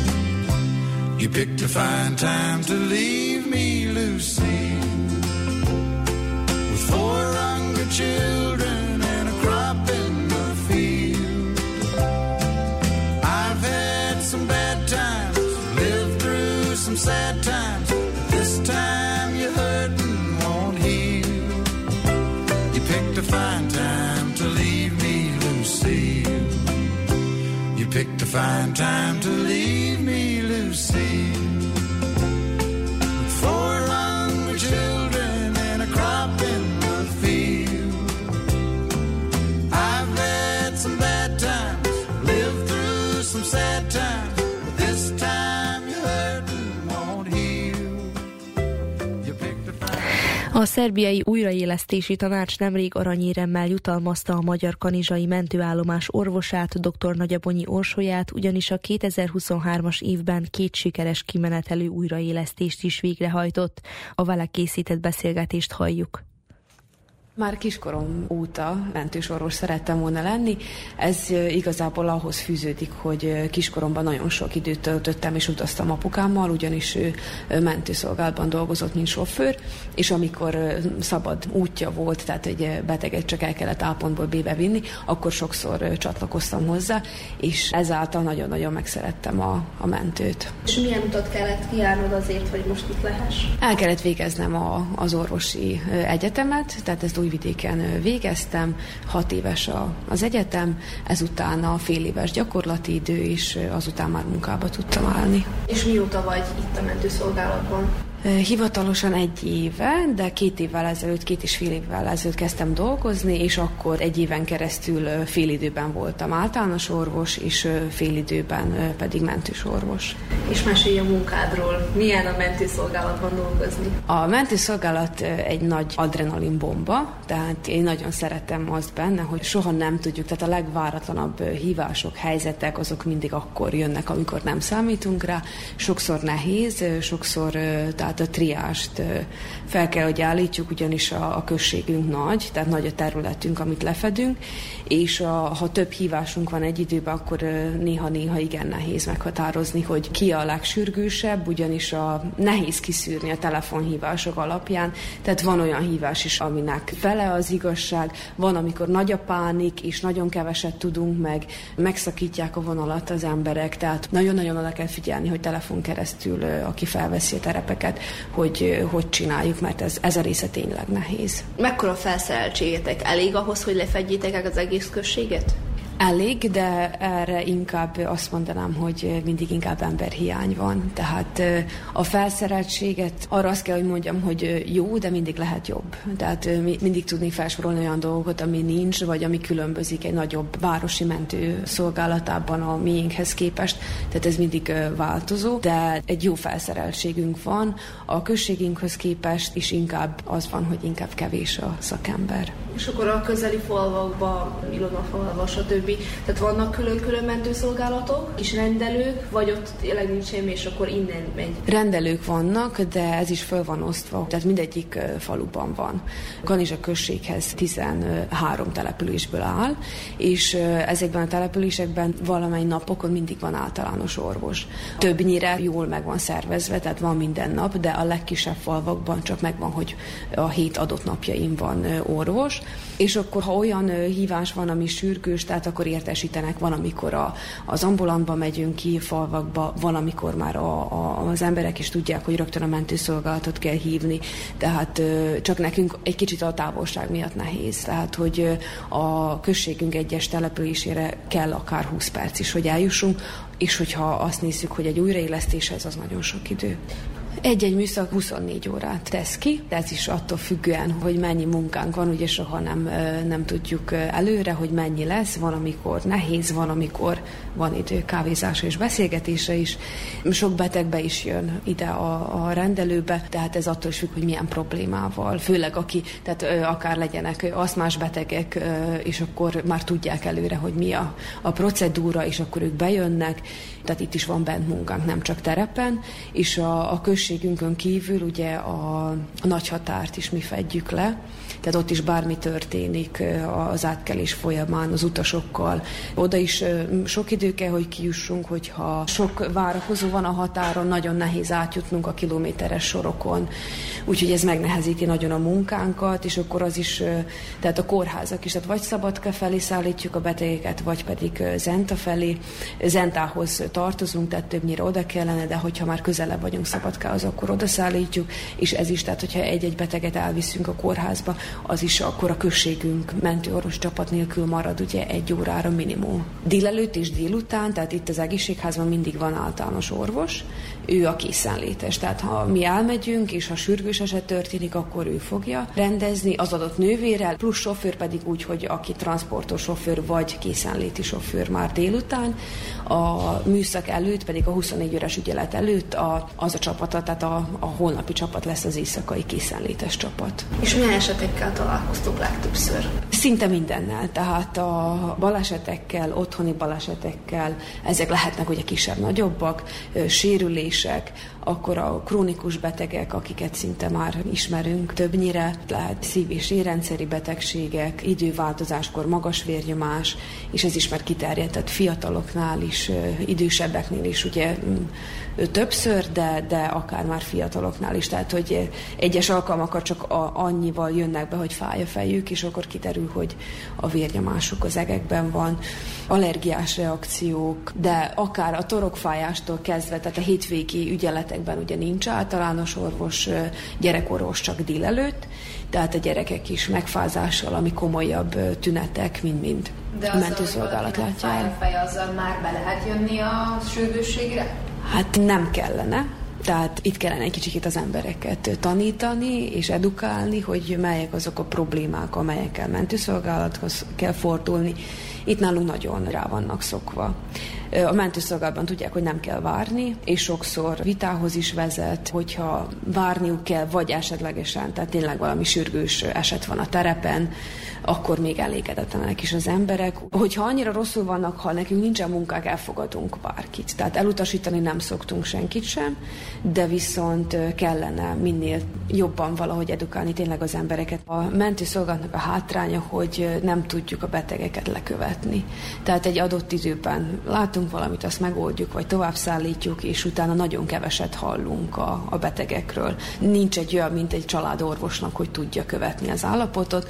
You picked a fine time to leave me, Lucille, with 4 hungry children and a crop in the field. I've had some bad times, lived through some sad times, but this time you're hurting won't heal. You picked a fine time to leave me, Lucille. You picked a fine time to leave me, Lucille, with 4 hungry children and a crop in the field. I've had some bad times, lived through some sad times, but this time you're hurting won't heal. You picked a fine. A szerbiai újraélesztési tanács nemrég aranyéremmel jutalmazta a magyar kanizsai mentőállomás orvosát, dr. Nagyabonyi Orsolyát, ugyanis a 2023-as évben 2 sikeres kimenetelő újraélesztést is végrehajtott. A vele készített beszélgetést halljuk. Már kiskorom óta mentősorvos szerettem volna lenni. Ez igazából ahhoz fűződik, hogy kiskoromban nagyon sok időt töltöttem és utaztam apukámmal, ugyanis ő mentőszolgálatban dolgozott, mint sofőr, és amikor szabad útja volt, tehát egy beteget csak el kellett A pontból B-be vinni, akkor sokszor csatlakoztam hozzá, és ezáltal nagyon-nagyon megszerettem a mentőt. És milyen utat kellett kijárnod azért, hogy most itt lehess? El kellett végeznem az orvosi egyetemet, tehát ezt Újvidéken végeztem, 6 éves az egyetem, ezután a fél éves gyakorlati idő, és azután már munkába tudtam állni. És mióta vagy itt a mentőszolgálatban? Hivatalosan 1 éve, de 2 évvel ezelőtt, 2,5 évvel ezelőtt kezdtem dolgozni, és akkor 1 éven keresztül félidőben voltam általános orvos, és félidőben pedig mentős orvos. És mesélj a munkádról, milyen a mentőszolgálatban dolgozni? A mentőszolgálat egy nagy adrenalinbomba, tehát én nagyon szeretem azt benne, hogy soha nem tudjuk, tehát a legváratlanabb hívások, helyzetek, azok mindig akkor jönnek, amikor nem számítunk rá. Sokszor nehéz, sokszor tehát a triást fel kell, hogy állítjuk, ugyanis a községünk nagy, tehát nagy a területünk, amit lefedünk, és ha több hívásunk van egy időben, akkor néha-néha igen nehéz meghatározni, hogy ki a legsürgősebb, ugyanis nehéz kiszűrni a telefonhívások alapján, tehát van olyan hívás is, aminek fele az igazság, van, amikor nagy a pánik, és nagyon keveset tudunk meg, megszakítják a vonalat az emberek, tehát nagyon-nagyon oda kell figyelni, hogy telefon keresztül, aki felveszi a terepeket, hogy csináljuk, mert ez a része tényleg nehéz. Mekkora felszereltségetek elég ahhoz, hogy lefedjétek az egész községet? Elég, de erre inkább azt mondanám, hogy mindig inkább emberhiány van. Tehát a felszereltséget arra azt kell, hogy mondjam, hogy jó, de mindig lehet jobb. Tehát mindig tudni felsorolni olyan dolgokat, ami nincs, vagy ami különbözik egy nagyobb városi mentő szolgálatában a miénkhez képest. Tehát ez mindig változó, de egy jó felszereltségünk van. A községünkhöz képest is inkább az van, hogy inkább kevés a szakember. És akkor a közeli falvakban, Ilona-falva, stb. Tehát vannak külön-külön mentőszolgálatok, kis rendelők, vagy ott tényleg nincs semmi, és akkor innen megy? Rendelők vannak, de ez is föl van osztva, tehát mindegyik faluban van. Kanizsa községhez 13 településből áll, és ezekben a településekben valamely napokon mindig van általános orvos. Többnyire jól meg van szervezve, tehát van minden nap, de a legkisebb falvakban csak megvan, hogy a 7 adott napjain van orvos, és akkor, ha olyan hívás van, ami sürgős, tehát akkor értesítenek, van, amikor az ambulantba megyünk ki falvakba, van, amikor már az emberek is tudják, hogy rögtön a mentőszolgálatot kell hívni, tehát csak nekünk egy kicsit a távolság miatt nehéz, tehát hogy a községünk egyes településére kell akár 20 perc is, hogy eljussunk, és hogyha azt nézzük, hogy egy újraélesztéshez az nagyon sok idő. Egy-egy műszak 24 órát tesz ki, de ez is attól függően, hogy mennyi munkánk van, ugye soha nem tudjuk előre, hogy mennyi lesz, van, amikor nehéz, van, amikor van idő kávézásra és beszélgetésre is. Sok beteg be is jön ide a rendelőbe, tehát ez attól is függ, hogy milyen problémával, főleg tehát akár legyenek aszmás betegek, és akkor már tudják előre, hogy mi a procedúra, és akkor ők bejönnek, tehát itt is van bent munkánk, nem csak terepen, és a községünkön kívül ugye a nagyhatárt is mi fedjük le, tehát ott is bármi történik az átkelés folyamán az utasokkal. Oda is sok idő kell, hogy kijussunk, hogyha sok várakozó van a határon, nagyon nehéz átjutnunk a kilométeres sorokon, úgyhogy ez megnehezíti nagyon a munkánkat, és akkor az is, tehát a kórházak is, tehát vagy Szabadka felé szállítjuk a betegeket, vagy pedig Zenta felé. Zentához tartozunk, tehát többnyire oda kellene, de hogyha már közelebb vagyunk Szabadkához, akkor oda szállítjuk, és ez is, tehát hogyha egy-egy beteget elviszünk a kórházba, az is akkor a községünk mentőorvos csapat nélkül marad ugye 1 órára minimum. Délelőtt és délután, tehát itt az egészségházban mindig van általános orvos, ő a készenlétes, tehát ha mi elmegyünk, és ha sürgős eset történik, akkor ő fogja rendezni az adott nővérrel, plusz sofőr pedig úgy, hogy aki transportos sofőr vagy készenléti sofőr már délután, a műszak előtt pedig a 24 órás ügyelet előtt az a csapata, tehát a holnapi csapat lesz az éjszakai készenlétes csapat. És milyen esetekkel találkoztok legtöbbször? Szinte mindennel, tehát a balesetekkel, otthoni balesetekkel, ezek lehetnek ugye kisebb-nagyobbak, sérülések, akkor a krónikus betegek, akiket szinte már ismerünk többnyire, lehet szív- és érrendszeri betegségek, időváltozáskor magas vérnyomás, és ez is már kiterjedt, tehát fiataloknál is, idősebbeknél is ugye többször, de akár már fiataloknál is, tehát hogy egyes alkalmakkor csak annyival jönnek be, hogy fáj a fejük, és akkor kiderül, hogy a vérnyomásuk az egekben van, allergiás reakciók, de akár a torokfájástól kezdve, tehát a hétvégi ügyeletekben ugye nincs általános orvos, gyerekorvos csak délelőtt, tehát a gyerekek is megfázással, ami komolyabb tünetek, mind-mind a mentőszolgálat látja el. De azzal, hogy azzal már be lehet jönni a sürgősségre? Hát nem kellene. Tehát itt kellene egy kicsit az embereket tanítani és edukálni, hogy melyek azok a problémák, amelyekkel mentőszolgálathoz kell fordulni. Itt nálunk nagyon rá vannak szokva. A mentőszolgálatban tudják, hogy nem kell várni, és sokszor vitához is vezet, hogyha várniuk kell, vagy esetlegesen, tehát tényleg valami sürgős eset van a terepen, akkor még elégedetlenek is az emberek. Hogyha annyira rosszul vannak, ha nekünk nincsen munkák, elfogadunk bárkit. Tehát elutasítani nem szoktunk senkit sem, de viszont kellene minél jobban valahogy edukálni tényleg az embereket. A mentőszolgálatnak a hátránya, hogy nem tudjuk a betegeket lekövetni. Tehát egy adott időben látunk találunk valamit, azt megoldjuk, vagy tovább szállítjuk, és utána nagyon keveset hallunk a betegekről. Nincs egy olyan, mint egy családorvosnak, hogy tudja követni az állapotot,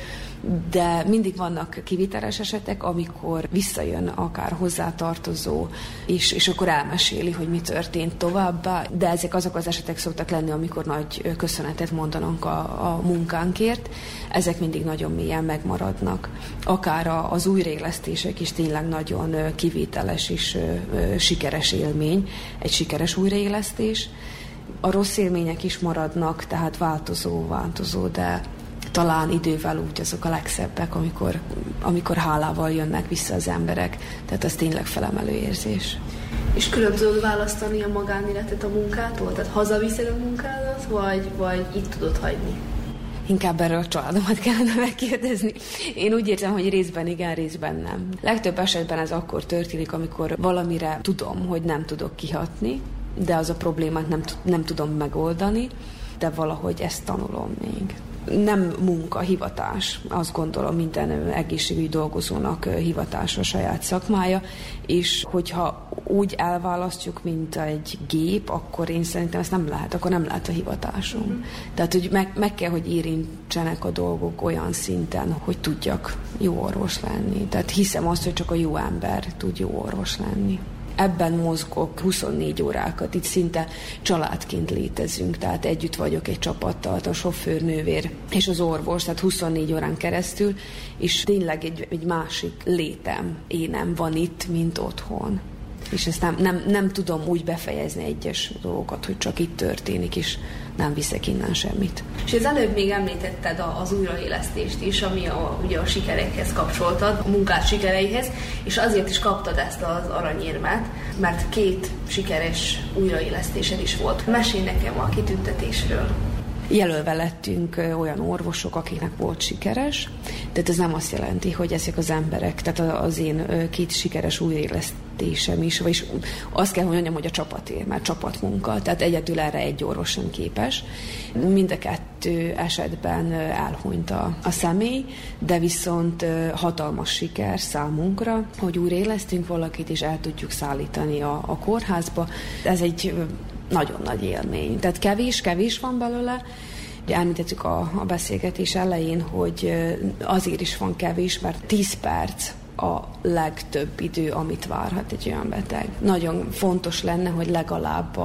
de mindig vannak kiviteles esetek, amikor visszajön akár hozzátartozó, és akkor elmeséli, hogy mi történt továbbá, de ezek azok az esetek szoktak lenni, amikor nagy köszönetet mondanak a munkánkért, ezek mindig nagyon mélyen megmaradnak. Akár az újraélesztések is tényleg nagyon kivételes és sikeres élmény, egy sikeres újraélesztés. A rossz élmények is maradnak, tehát változó, de talán idővel úgy azok a legszebbek, amikor hálával jönnek vissza az emberek. Tehát az tényleg felemelő érzés. És külön tudod választani a magánéletet a munkától? Tehát hazaviszed a munkádat, vagy itt tudod hagyni? Inkább erről a családomat kellene megkérdezni. Én úgy érzem, hogy részben igen, részben nem. Legtöbb esetben ez akkor történik, amikor valamire tudom, hogy nem tudok kihatni, de az a problémát nem tudom megoldani, de valahogy ezt tanulom még. Nem munka, hivatás. Azt gondolom, minden egészségügyi dolgozónak hivatása a saját szakmája, és hogyha úgy elválasztjuk, mint egy gép, akkor én szerintem ezt nem lehet, akkor nem lehet a hivatásom. Tehát, hogy meg kell, hogy érintsenek a dolgok olyan szinten, hogy tudjak jó orvos lenni. Tehát hiszem azt, hogy csak a jó ember tud jó orvos lenni. Ebben mozgok 24 órákat, itt szinte családként létezünk, tehát együtt vagyok egy csapattal, a sofőrnővér és az orvos, tehát 24 órán keresztül, és tényleg egy másik létem, énem van itt, mint otthon. És ezt nem tudom úgy befejezni egyes dolgokat, hogy csak itt történik, és nem viszek innen semmit. És az előbb még említetted az újraélesztést is, ami ugye a sikerekhez kapcsoltad, a munkát sikereihez, és azért is kaptad ezt az aranyérmet, mert 2 sikeres újraélesztésed is volt. Mesélj nekem a kitüntetésről. Jelölve lettünk olyan orvosok, akiknek volt sikeres, tehát ez nem azt jelenti, hogy ezek az emberek, tehát az én 2 sikeres újraélesztésem is, vagyis azt kell, hogy mondjam, hogy a csapatért, mert csapatmunka, tehát egyedül erre egy orvos sem képes. Mind a 2 esetben elhunyt a személy, de viszont hatalmas siker számunkra, hogy újraélesztünk valakit, és el tudjuk szállítani a kórházba. Ez egy nagyon nagy élmény. Tehát kevés van belőle. Említettük a beszélgetés elején, hogy azért is van kevés, mert 10 perc a legtöbb idő, amit várhat egy olyan beteg. Nagyon fontos lenne, hogy legalább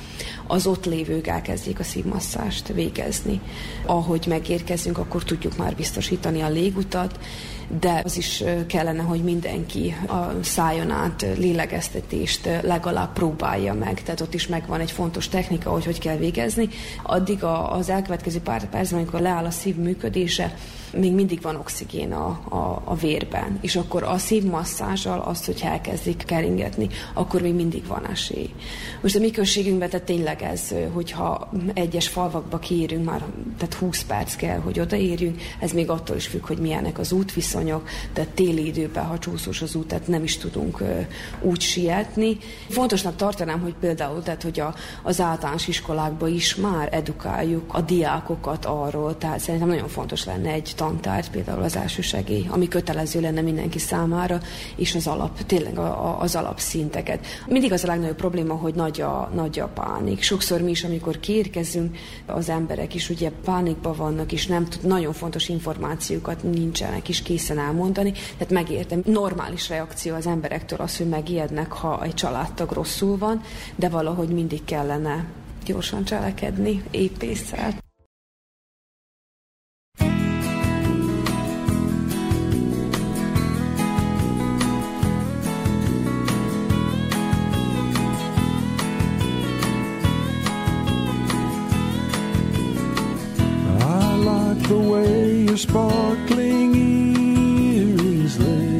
az ott lévők elkezdjék a szívmasszást végezni. Ahogy megérkezünk, akkor tudjuk már biztosítani a légutat, de az is kellene, hogy mindenki a szájon át lélegeztetést legalább próbálja meg. Tehát ott is megvan egy fontos technika, hogy kell végezni. Addig az elkövetkező pár percben, amikor leáll a szív működése, még mindig van oxigén a vérben. És akkor a szívmasszázsal azt, hogy elkezdik keringetni, akkor még mindig van esély. Most a mi községünkben tehát tényleg ez, hogyha egyes falvakba kiérünk, már tehát 20 perc kell, hogy odaérjünk, ez még attól is függ, hogy milyenek az útviszonyok, tehát téli időben, ha csúszós az út, tehát nem is tudunk úgy sietni. Fontosnak tartanám, hogy például, tehát, hogy az általános iskolákban is már edukáljuk a diákokat arról, tehát szerintem nagyon fontos lenne egy tantárgy, például az elsősegély, ami kötelező lenne mindenki számára, és tényleg az alapszinteket. Mindig az a legnagyobb probléma, hogy nagy a pánik. Sokszor mi is, amikor kiérkezünk, az emberek is ugye pánikban vannak, és nem tud nagyon fontos információkat nincsenek is készen elmondani. Tehát megértem, normális reakció az emberektől az, hogy megijednek, ha egy családtag rosszul van, de valahogy mindig kellene gyorsan cselekedni, épp ésszel. The way your sparkling earrings lay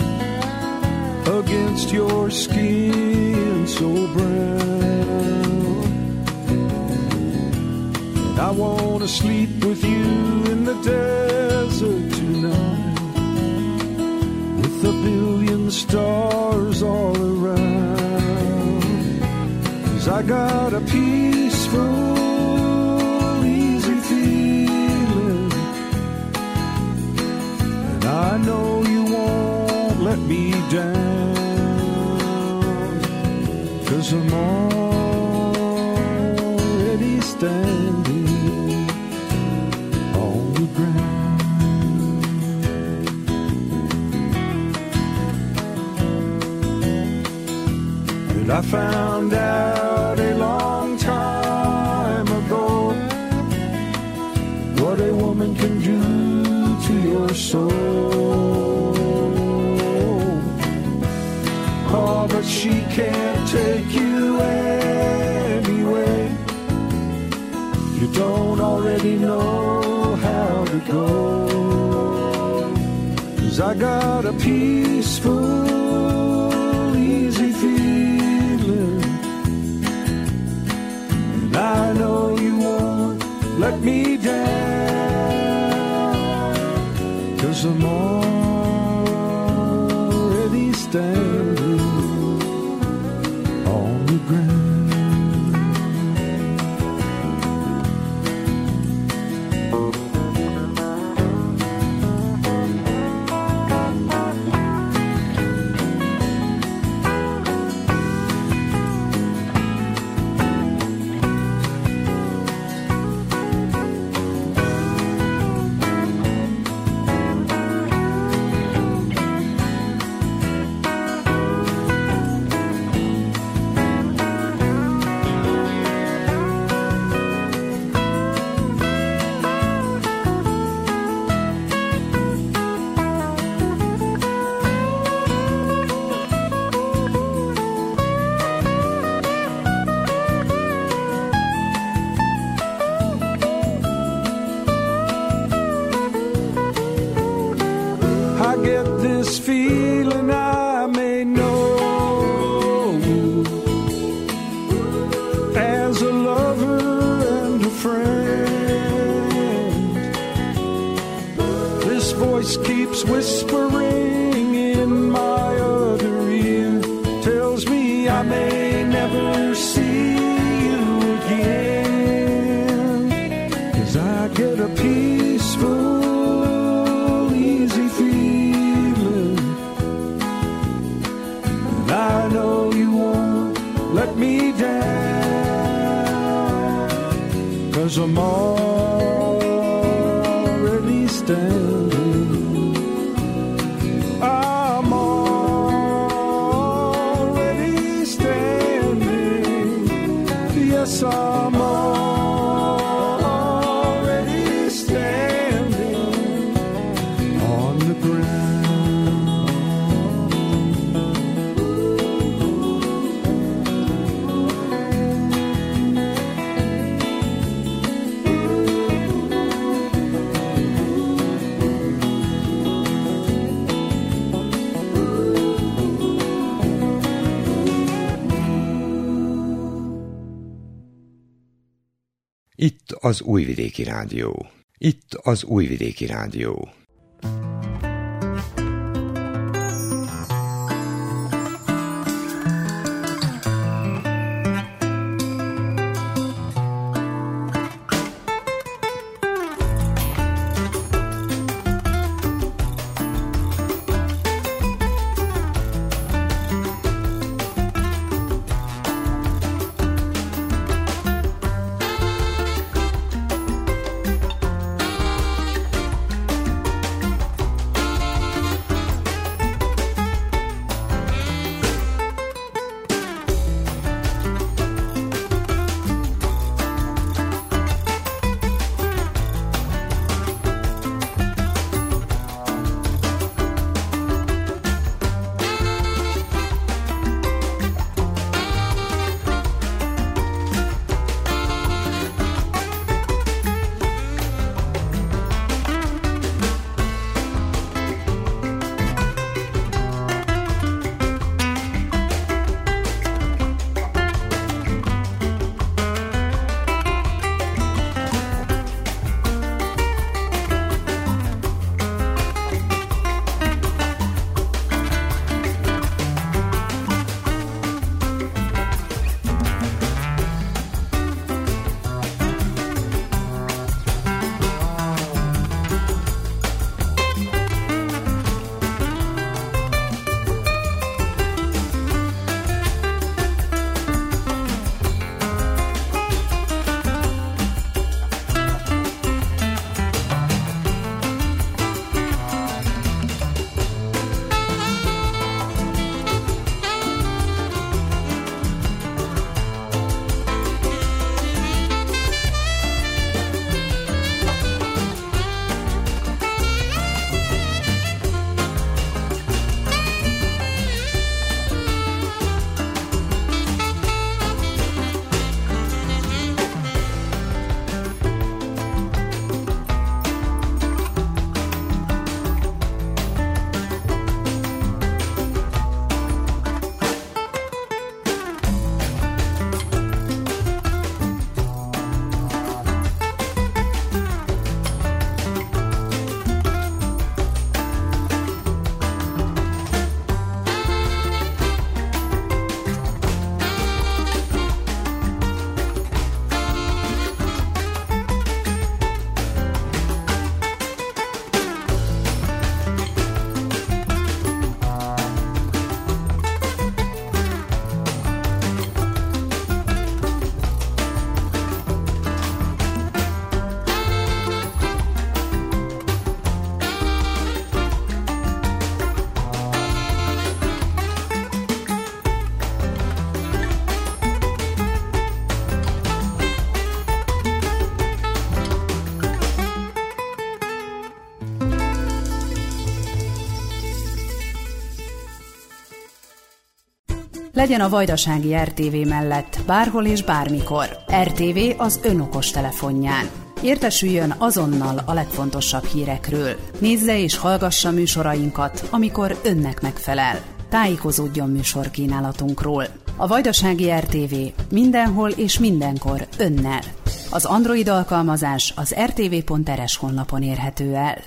against your skin so brown, and I want to sleep with you in the desert tonight, with a billion stars all around, 'cause I got a peaceful I know you won't let me down. 'cause I'm already standing on the ground. And I found out a long time ago what a woman can do to your soul. Oh, but she can't take you anyway. You don't already know how to go. 'Cause I got a peaceful, easy feeling, and I know you won't let me down, 'cause I'm already standing on the ground. I'm already standing. I'm already standing. Yes, I'm already standing on the ground. Itt az Újvidéki Rádió. Itt az Újvidéki Rádió. Legyen a Vajdasági RTV mellett, bárhol és bármikor. RTV az ön okos telefonján. Értesüljön azonnal a legfontosabb hírekről. Nézze és hallgassa műsorainkat, amikor önnek megfelel. Tájékozódjon műsorkínálatunkról. A Vajdasági RTV mindenhol és mindenkor önnel. Az Android alkalmazás az rtv.rs honlapon érhető el.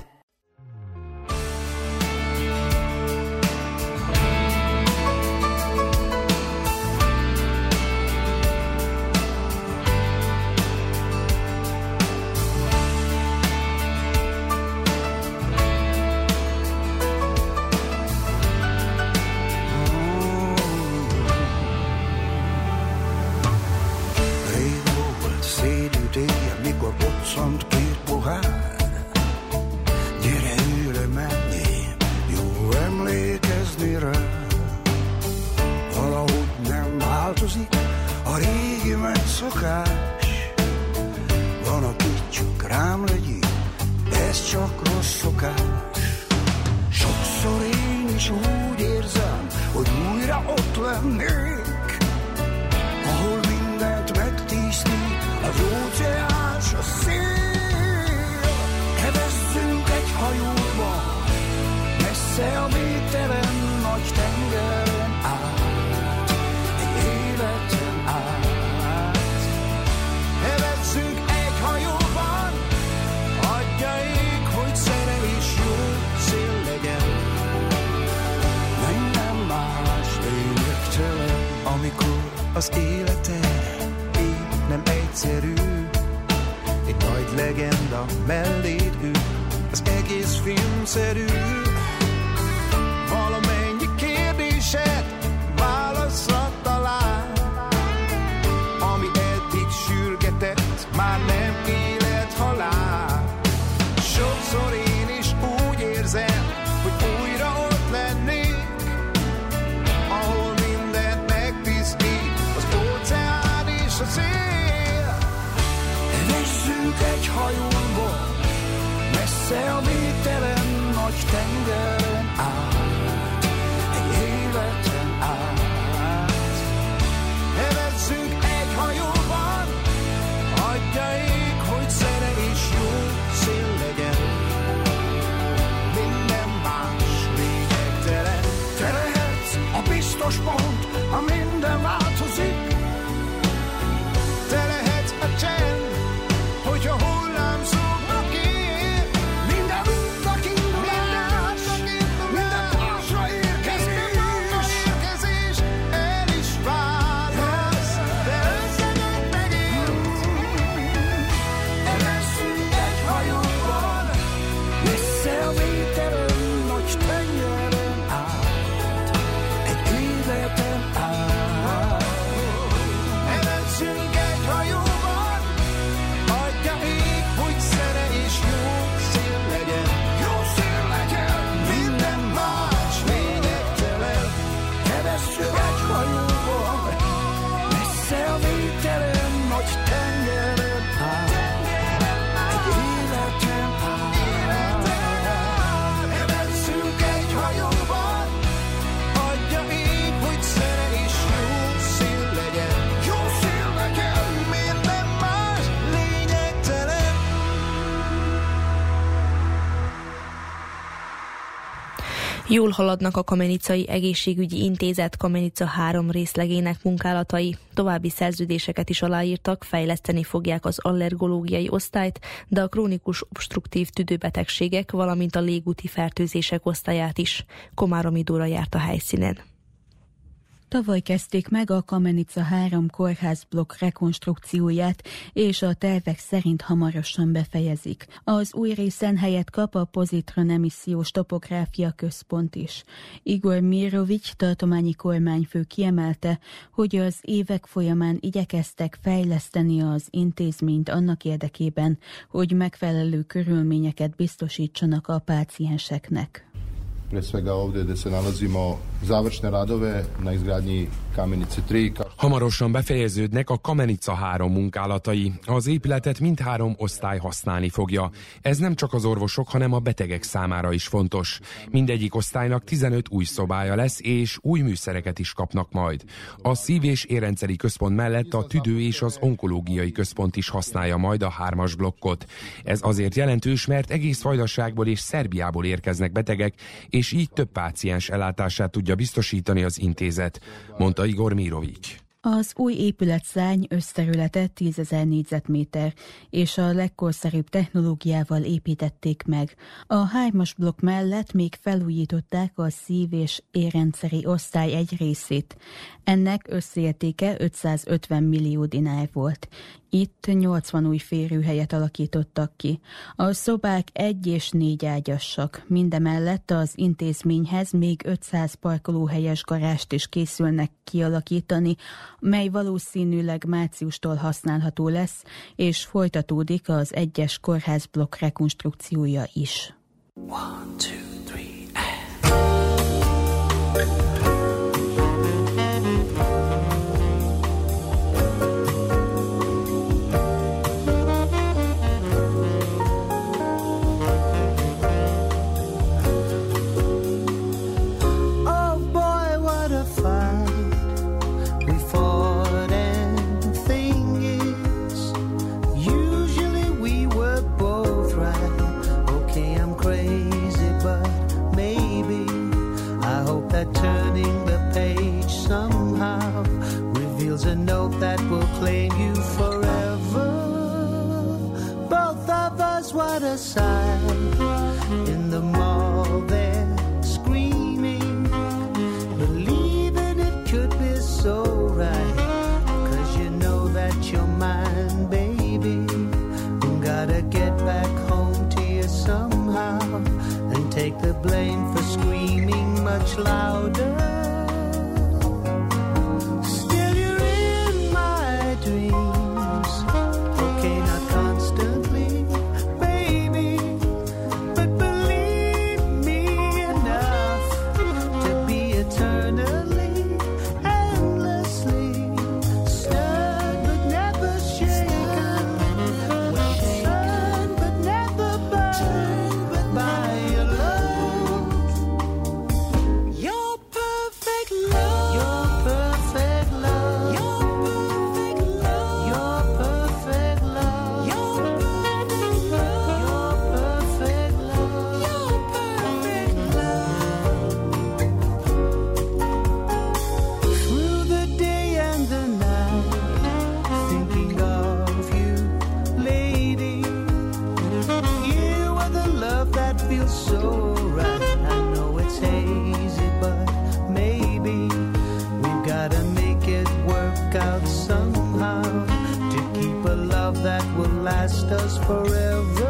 Az életed épp nem egyszerű, egy nagy legenda melléd ül, az egész filmszerű. Valamennyi kérdésed válaszra talál, ami eddig sürgetett, már nem élet-halál. Sokszor én is úgy érzem, hogy újra ott lennék, ahol mindent megtisztít az óceán és a szél. Vesszünk egy hajóba, messze a végtelen nagy tengeren át, egy életen át. Vesszünk egy hajóban, adja ég, hogy szere és jó szél legyen. Minden más lényegtelen. Te lehetsz a biztos pont, ha minden változik. Te lehetsz a csend, hogyha hullámzóknak ér. Minden útnak indulás, minden másra érkezés, el is válasz, de összeget megint. Elveszünk egy hajóban, messze a végtelen nagy tengeren át, egy életen át. Elveszünk egy hajóban, adja ég, hogy szere és jó szél legyen. Jó szél legyen, minden más lényegtelen. Elveszünk egy hajóban, messze a végtelen nagy tengeren át, egy életen át. Elveszünk egy hajóban, adja ég, hogy szere és jó szél legyen. Jó szél legyen, minden más lényegtelen. Jól haladnak a Kamenicai Egészségügyi Intézet Kamenica 3 részlegének munkálatai. További szerződéseket is aláírtak, fejleszteni fogják az allergológiai osztályt, de a krónikus obstruktív tüdőbetegségek, valamint a légúti fertőzések osztályát is. Komáromi Dóra járt a helyszínen. Tavaly kezdték meg a Kamenica 3 kórházblokk rekonstrukcióját, és a tervek szerint hamarosan befejezik. Az új részen helyet kap a pozitron emissziós topográfia központ is. Igor Mirovics tartományi kormányfő kiemelte, hogy az évek folyamán igyekeztek fejleszteni az intézményt annak érdekében, hogy megfelelő körülményeket biztosítsanak a pácienseknek. pre svega ovdje gdje se nalazimo, završne radove na izgradnji Kamenice 3. Hamarosan befejeződnek a Kamenica 3 munkálatai. Az épületet mindhárom osztály használni fogja. Ez nem csak az orvosok, hanem a betegek számára is fontos. Mindegyik osztálynak 15 új szobája lesz, és új műszereket is kapnak majd. A szív- és érrendszeri központ mellett a tüdő és az onkológiai központ is használja majd a 3-as blokkot. Ez azért jelentős, mert egész Vajdaságból és Szerbiából érkeznek betegek, és így több páciens ellátását tudja biztosítani az intézet, mondta Igor Mirovics. Az új épületszárny összterülete 10 000 négyzetméter, és a legkorszerűbb technológiával építették meg. A 3-as blokk mellett még felújították a szív- és érrendszeri osztály egy részét. Ennek összértéke 550 millió dinár volt. Itt 80 új férőhelyet alakítottak ki. A szobák 1 és 4 ágyasak. Mindemellett az intézményhez még 500 parkolóhelyes garást is készülnek kialakítani, mely valószínűleg márciustól használható lesz, és folytatódik az 1-es kórházblokk rekonstrukciója is. 1, 2, 3, turning the page somehow reveals a note that will claim you forever. Both of us what a sight in the mall there screaming, believing it could be so right, 'cause you know that you're mine, baby. Gotta get back home to you somehow and take the blame for screaming much louder. Still you're in my dreams, okay, not constantly, baby, but believe me enough to be eternally, endlessly stirred but never shaken, shaken but never burned by your love. Your perfect love. Your perfect love. Your perfect love. Your perfect love. Your perfect love. Your perfect love. Your perfect love. Through the day and the night, thinking of you, lady. You are the love that feels so right. I know it's hazy, but maybe we've gotta make it work out somehow to keep a love that will last us forever.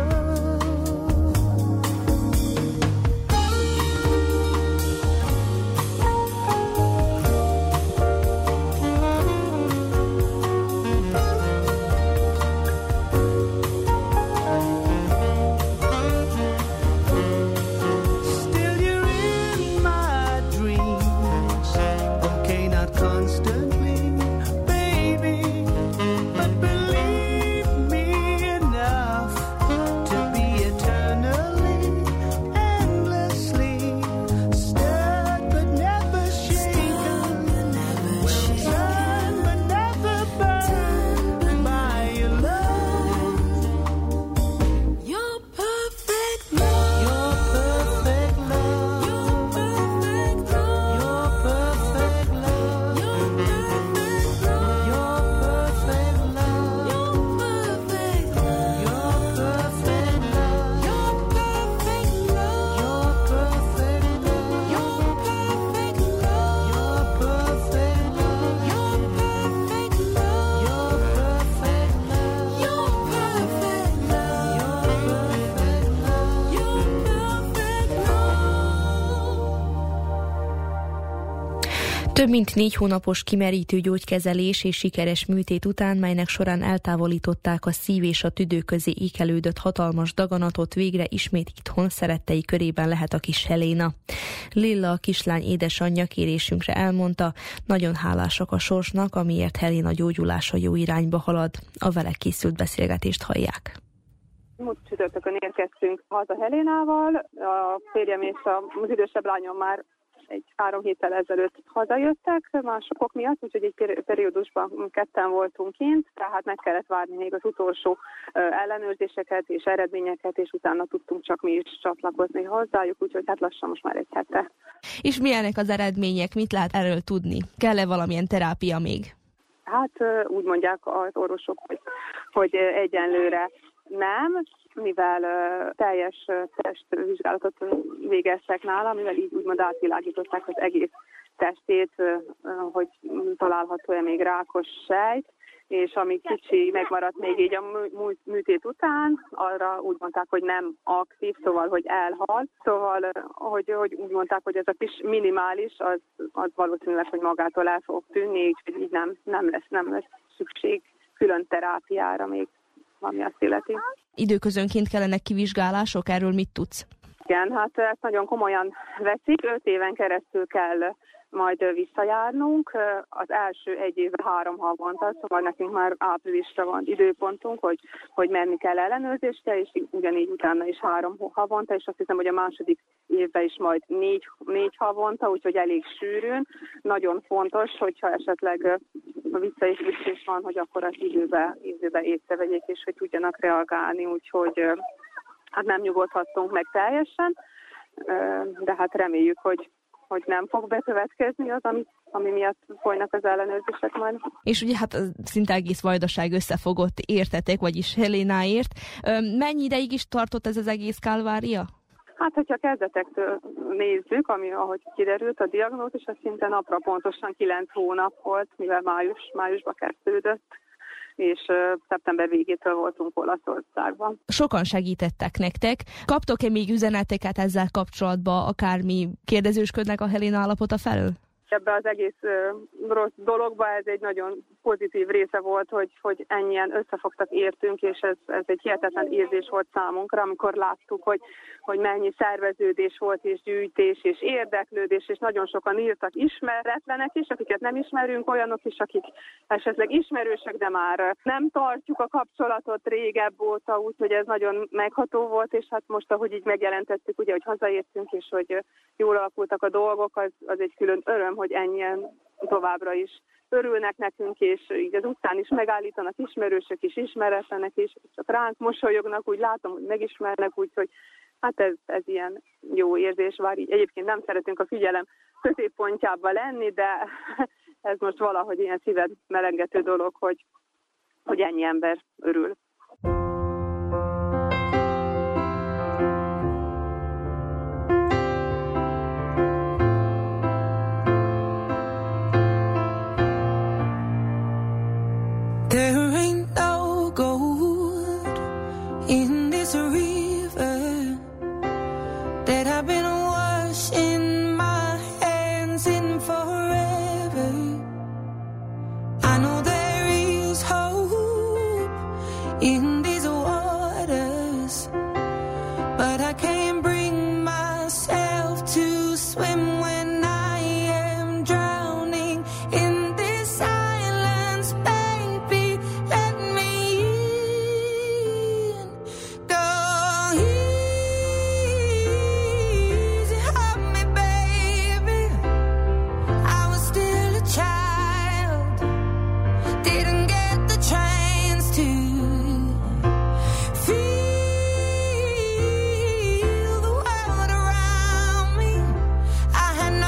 Still you're in my dreams, okay, not constantly, baby, but believe me enough Több mint 4 hónapos kimerítő gyógykezelés és sikeres műtét után, melynek során eltávolították a szív és a tüdő közé ékelődött hatalmas daganatot, végre ismét itthon szerettei körében lehet a kis Helena. Lilla, a kislány édesanyja, kérésünkre elmondta, nagyon hálásak a sorsnak, amiért Helena gyógyulása jó irányba halad. A vele készült beszélgetést hallják. Múlt csütörtökön érkeztünk haza Helénával, a férjem és az idősebb lányom már 3 héttel ezelőtt hazajöttek másokok miatt, úgyhogy egy periódusban ketten voltunk kint, tehát meg kellett várni még az utolsó ellenőrzéseket és eredményeket, és utána tudtunk csak mi is csatlakozni hozzájuk, úgyhohogy hát lassan most már egy hete. És milyenek az eredmények? Mit lehet erről tudni? Kell-e valamilyen terápia még? Hát úgy mondják az orvosok, hogy egyenlőre nem, mivel teljes testvizsgálatot végeztek nála, mivel így úgymond átvilágították az egész testét, hogy található-e még rákos sejt, és ami kicsi megmaradt még így a műtét után, arra úgy mondták, hogy nem aktív, szóval, hogy elhal. Szóval, hogy úgy mondták, hogy ez a kis minimális, az valószínűleg, hogy magától el fog tűnni, úgyhogy így nem lesz szükség külön terápiára még, ami azt illeti. Időközönként kellene kivizsgálások, erről mit tudsz? Igen, hát ezt nagyon komolyan veszik, 5 éven keresztül kell majd visszajárnunk. Az első 1 évben 3 havonta, szóval nekünk már áprilisra van időpontunk, hogy menni kell ellenőrzésre, és ugyanígy utána is 3 havonta, és azt hiszem, hogy a második évben is majd 4 havonta, úgyhogy elég sűrűn. Nagyon fontos, hogyha esetleg visszaépítés van, hogy akkor az időben észrevegyék, és hogy tudjanak reagálni, úgyhogy hát nem nyugodhattunk meg teljesen, de hát reméljük, hogy nem fog bekövetkezni az, ami miatt folynak az ellenőrzések majd. És ugye hát szinte egész Vajdaság összefogott értetek, vagyis Helénáért. Mennyi ideig is tartott ez az egész kálvária? Hát, hogyha kezdetektől nézzük, ahogy kiderült a diagnózis, az szinte napra pontosan 9 hónap volt, mivel májusban kezdődött, és szeptember végétől voltunk Olaszországban. Sokan segítettek nektek. Kaptok-e még üzeneteket ezzel kapcsolatban, akármi kérdezősködnek a Helena állapota felől? Ebben az egész rossz dologban ez egy nagyon pozitív része volt, hogy ennyien összefogtak értünk, és ez egy hihetetlen érzés volt számunkra, amikor láttuk, hogy mennyi szerveződés volt, és gyűjtés, és érdeklődés, és nagyon sokan írtak ismeretlenek is, akiket nem ismerünk, olyanok is, akik esetleg ismerősek, de már nem tartjuk a kapcsolatot régebb óta, úgyhogy ez nagyon megható volt, és hát most, ahogy így megjelentettük, ugye, hogy hazaértünk, és hogy jól alakultak a dolgok, az egy külön öröm, hogy ennyien továbbra is örülnek nekünk, és így az utcán is megállítanak ismerősök is, ismeretlenek is, csak ránk mosolyognak, úgy látom, hogy megismernek, úgyhogy hát ez ilyen jó érzés vár. Így egyébként nem szeretünk a figyelem középpontjában lenni, de ez most valahogy ilyen szíved melengető dolog, hogy ennyi ember örül. There ain't no gold in this river that I've been washing my hands in forever. I know there is hope in these waters, but I can't bring myself to swim when I am drowning in this silence. Baby, let me in. Go easy on me, baby. I was still a child, didn't get the chance to feel the world around me. I had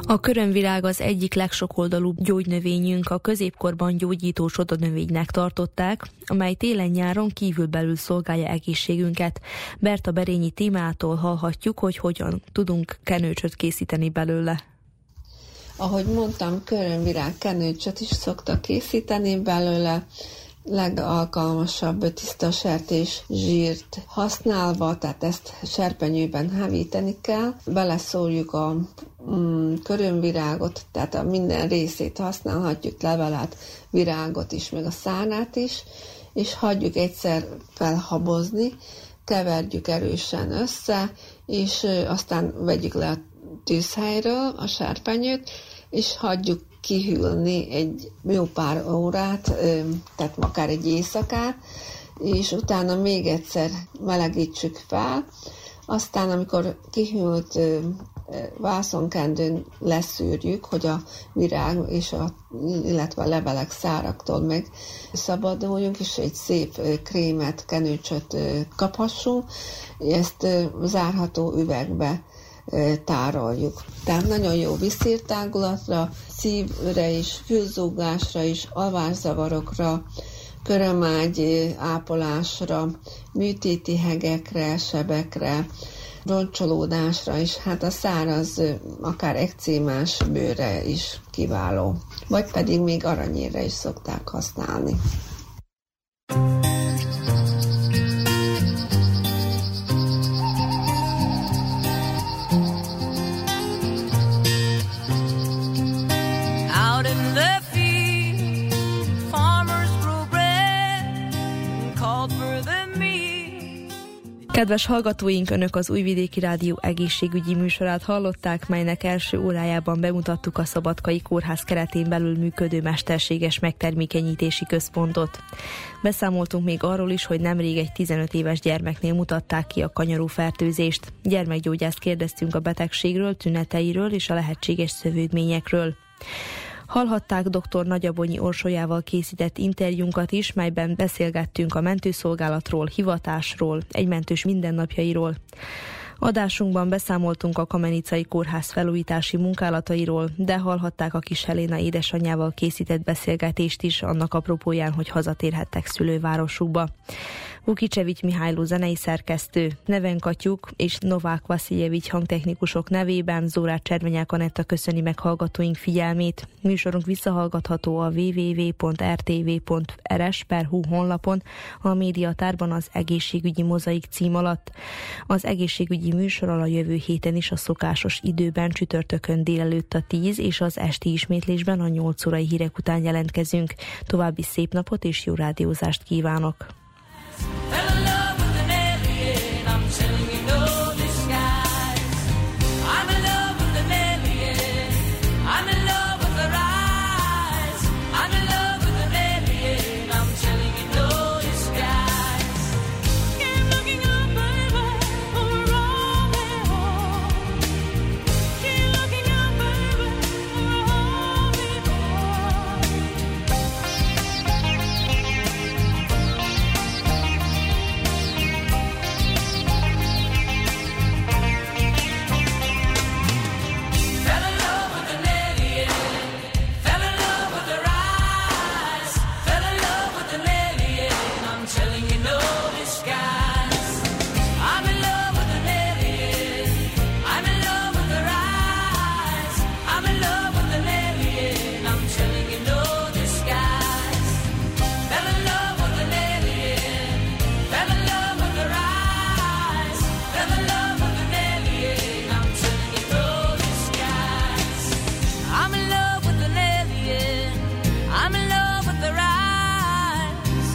A körömvirág az egyik legsokoldalúbb gyógynövényünk, a középkorban gyógyító csodανövénynek tartották, amely télen-nyáron kívülbelül szolgálja egészségünket. Berta Berényi Tímától hallhatjuk, hogy hogyan tudunk kenőcsöt készíteni belőle. Ahogy mondtam, körömvirág kenőcsöt is szoktak készíteni belőle, legalkalmasabb tiszta sertés zsírt használva, tehát ezt serpenyőben hevíteni kell. Beleszórjuk a körömvirágot, tehát a minden részét használhatjuk, levelet, virágot is, meg a szárnát is, és hagyjuk egyszer felhabozni, keverjük erősen össze, és aztán vegyük le a tűzhelyről a serpenyőt, és hagyjuk kihűlni egy jó pár órát, tehát akár egy éjszakát, és utána még egyszer melegítsük fel, aztán amikor kihűlt vászonkendőn leszűrjük, hogy a virág és illetve a levelek száraktól meg szabaduljunk, és egy szép krémet, kenőcsöt kaphassunk, ezt zárható üvegbe tároljuk. Tehát nagyon jó vízszírtágulatra, szívre is, fülzúgásra is, alvászavarokra, körömágy ápolásra, műtéti hegekre, sebekre, roncsolódásra is, hát a száraz, akár ekcémás bőrre is kiváló. Vagy pedig még aranyérre is szokták használni. Kedves hallgatóink, Önök az Újvidéki Rádió egészségügyi műsorát hallották, melynek első órájában bemutattuk a Szabadkai Kórház keretén belül működő mesterséges megtermékenyítési központot. Beszámoltunk még arról is, hogy nemrég egy 15 éves gyermeknél mutatták ki a kanyarúfertőzést. Gyermekgyógyászt kérdeztünk a betegségről, tüneteiről és a lehetséges szövődményekről. Hallhatták dr. Nagyabonyi Orsolyával készített interjúnkat is, melyben beszélgettünk a mentőszolgálatról, hivatásról, egy mentős mindennapjairól. Adásunkban beszámoltunk a Kamenicai Kórház felújítási munkálatairól, de hallhatták a kis Helena édesanyjával készített beszélgetést is, annak apropóján, hogy hazatérhettek szülővárosukba. Vukicsevics Mihályló zenei szerkesztő, Nevenkatyuk és Novák Vasiljevics hangtechnikusok nevében Zórát Cservenyák Anetta köszöni meg hallgatóink figyelmét. Műsorunk visszahallgatható a www.rtv.rs.hu honlapon, a médiatárban az egészségügyi mozaik cím alatt. Az egészségügyi műsorral a jövő héten is a szokásos időben csütörtökön délelőtt a 10 és az esti ismétlésben a 8 órai hírek után jelentkezünk. További szép napot és jó rádiózást kívánok!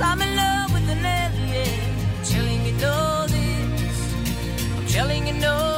Telling you no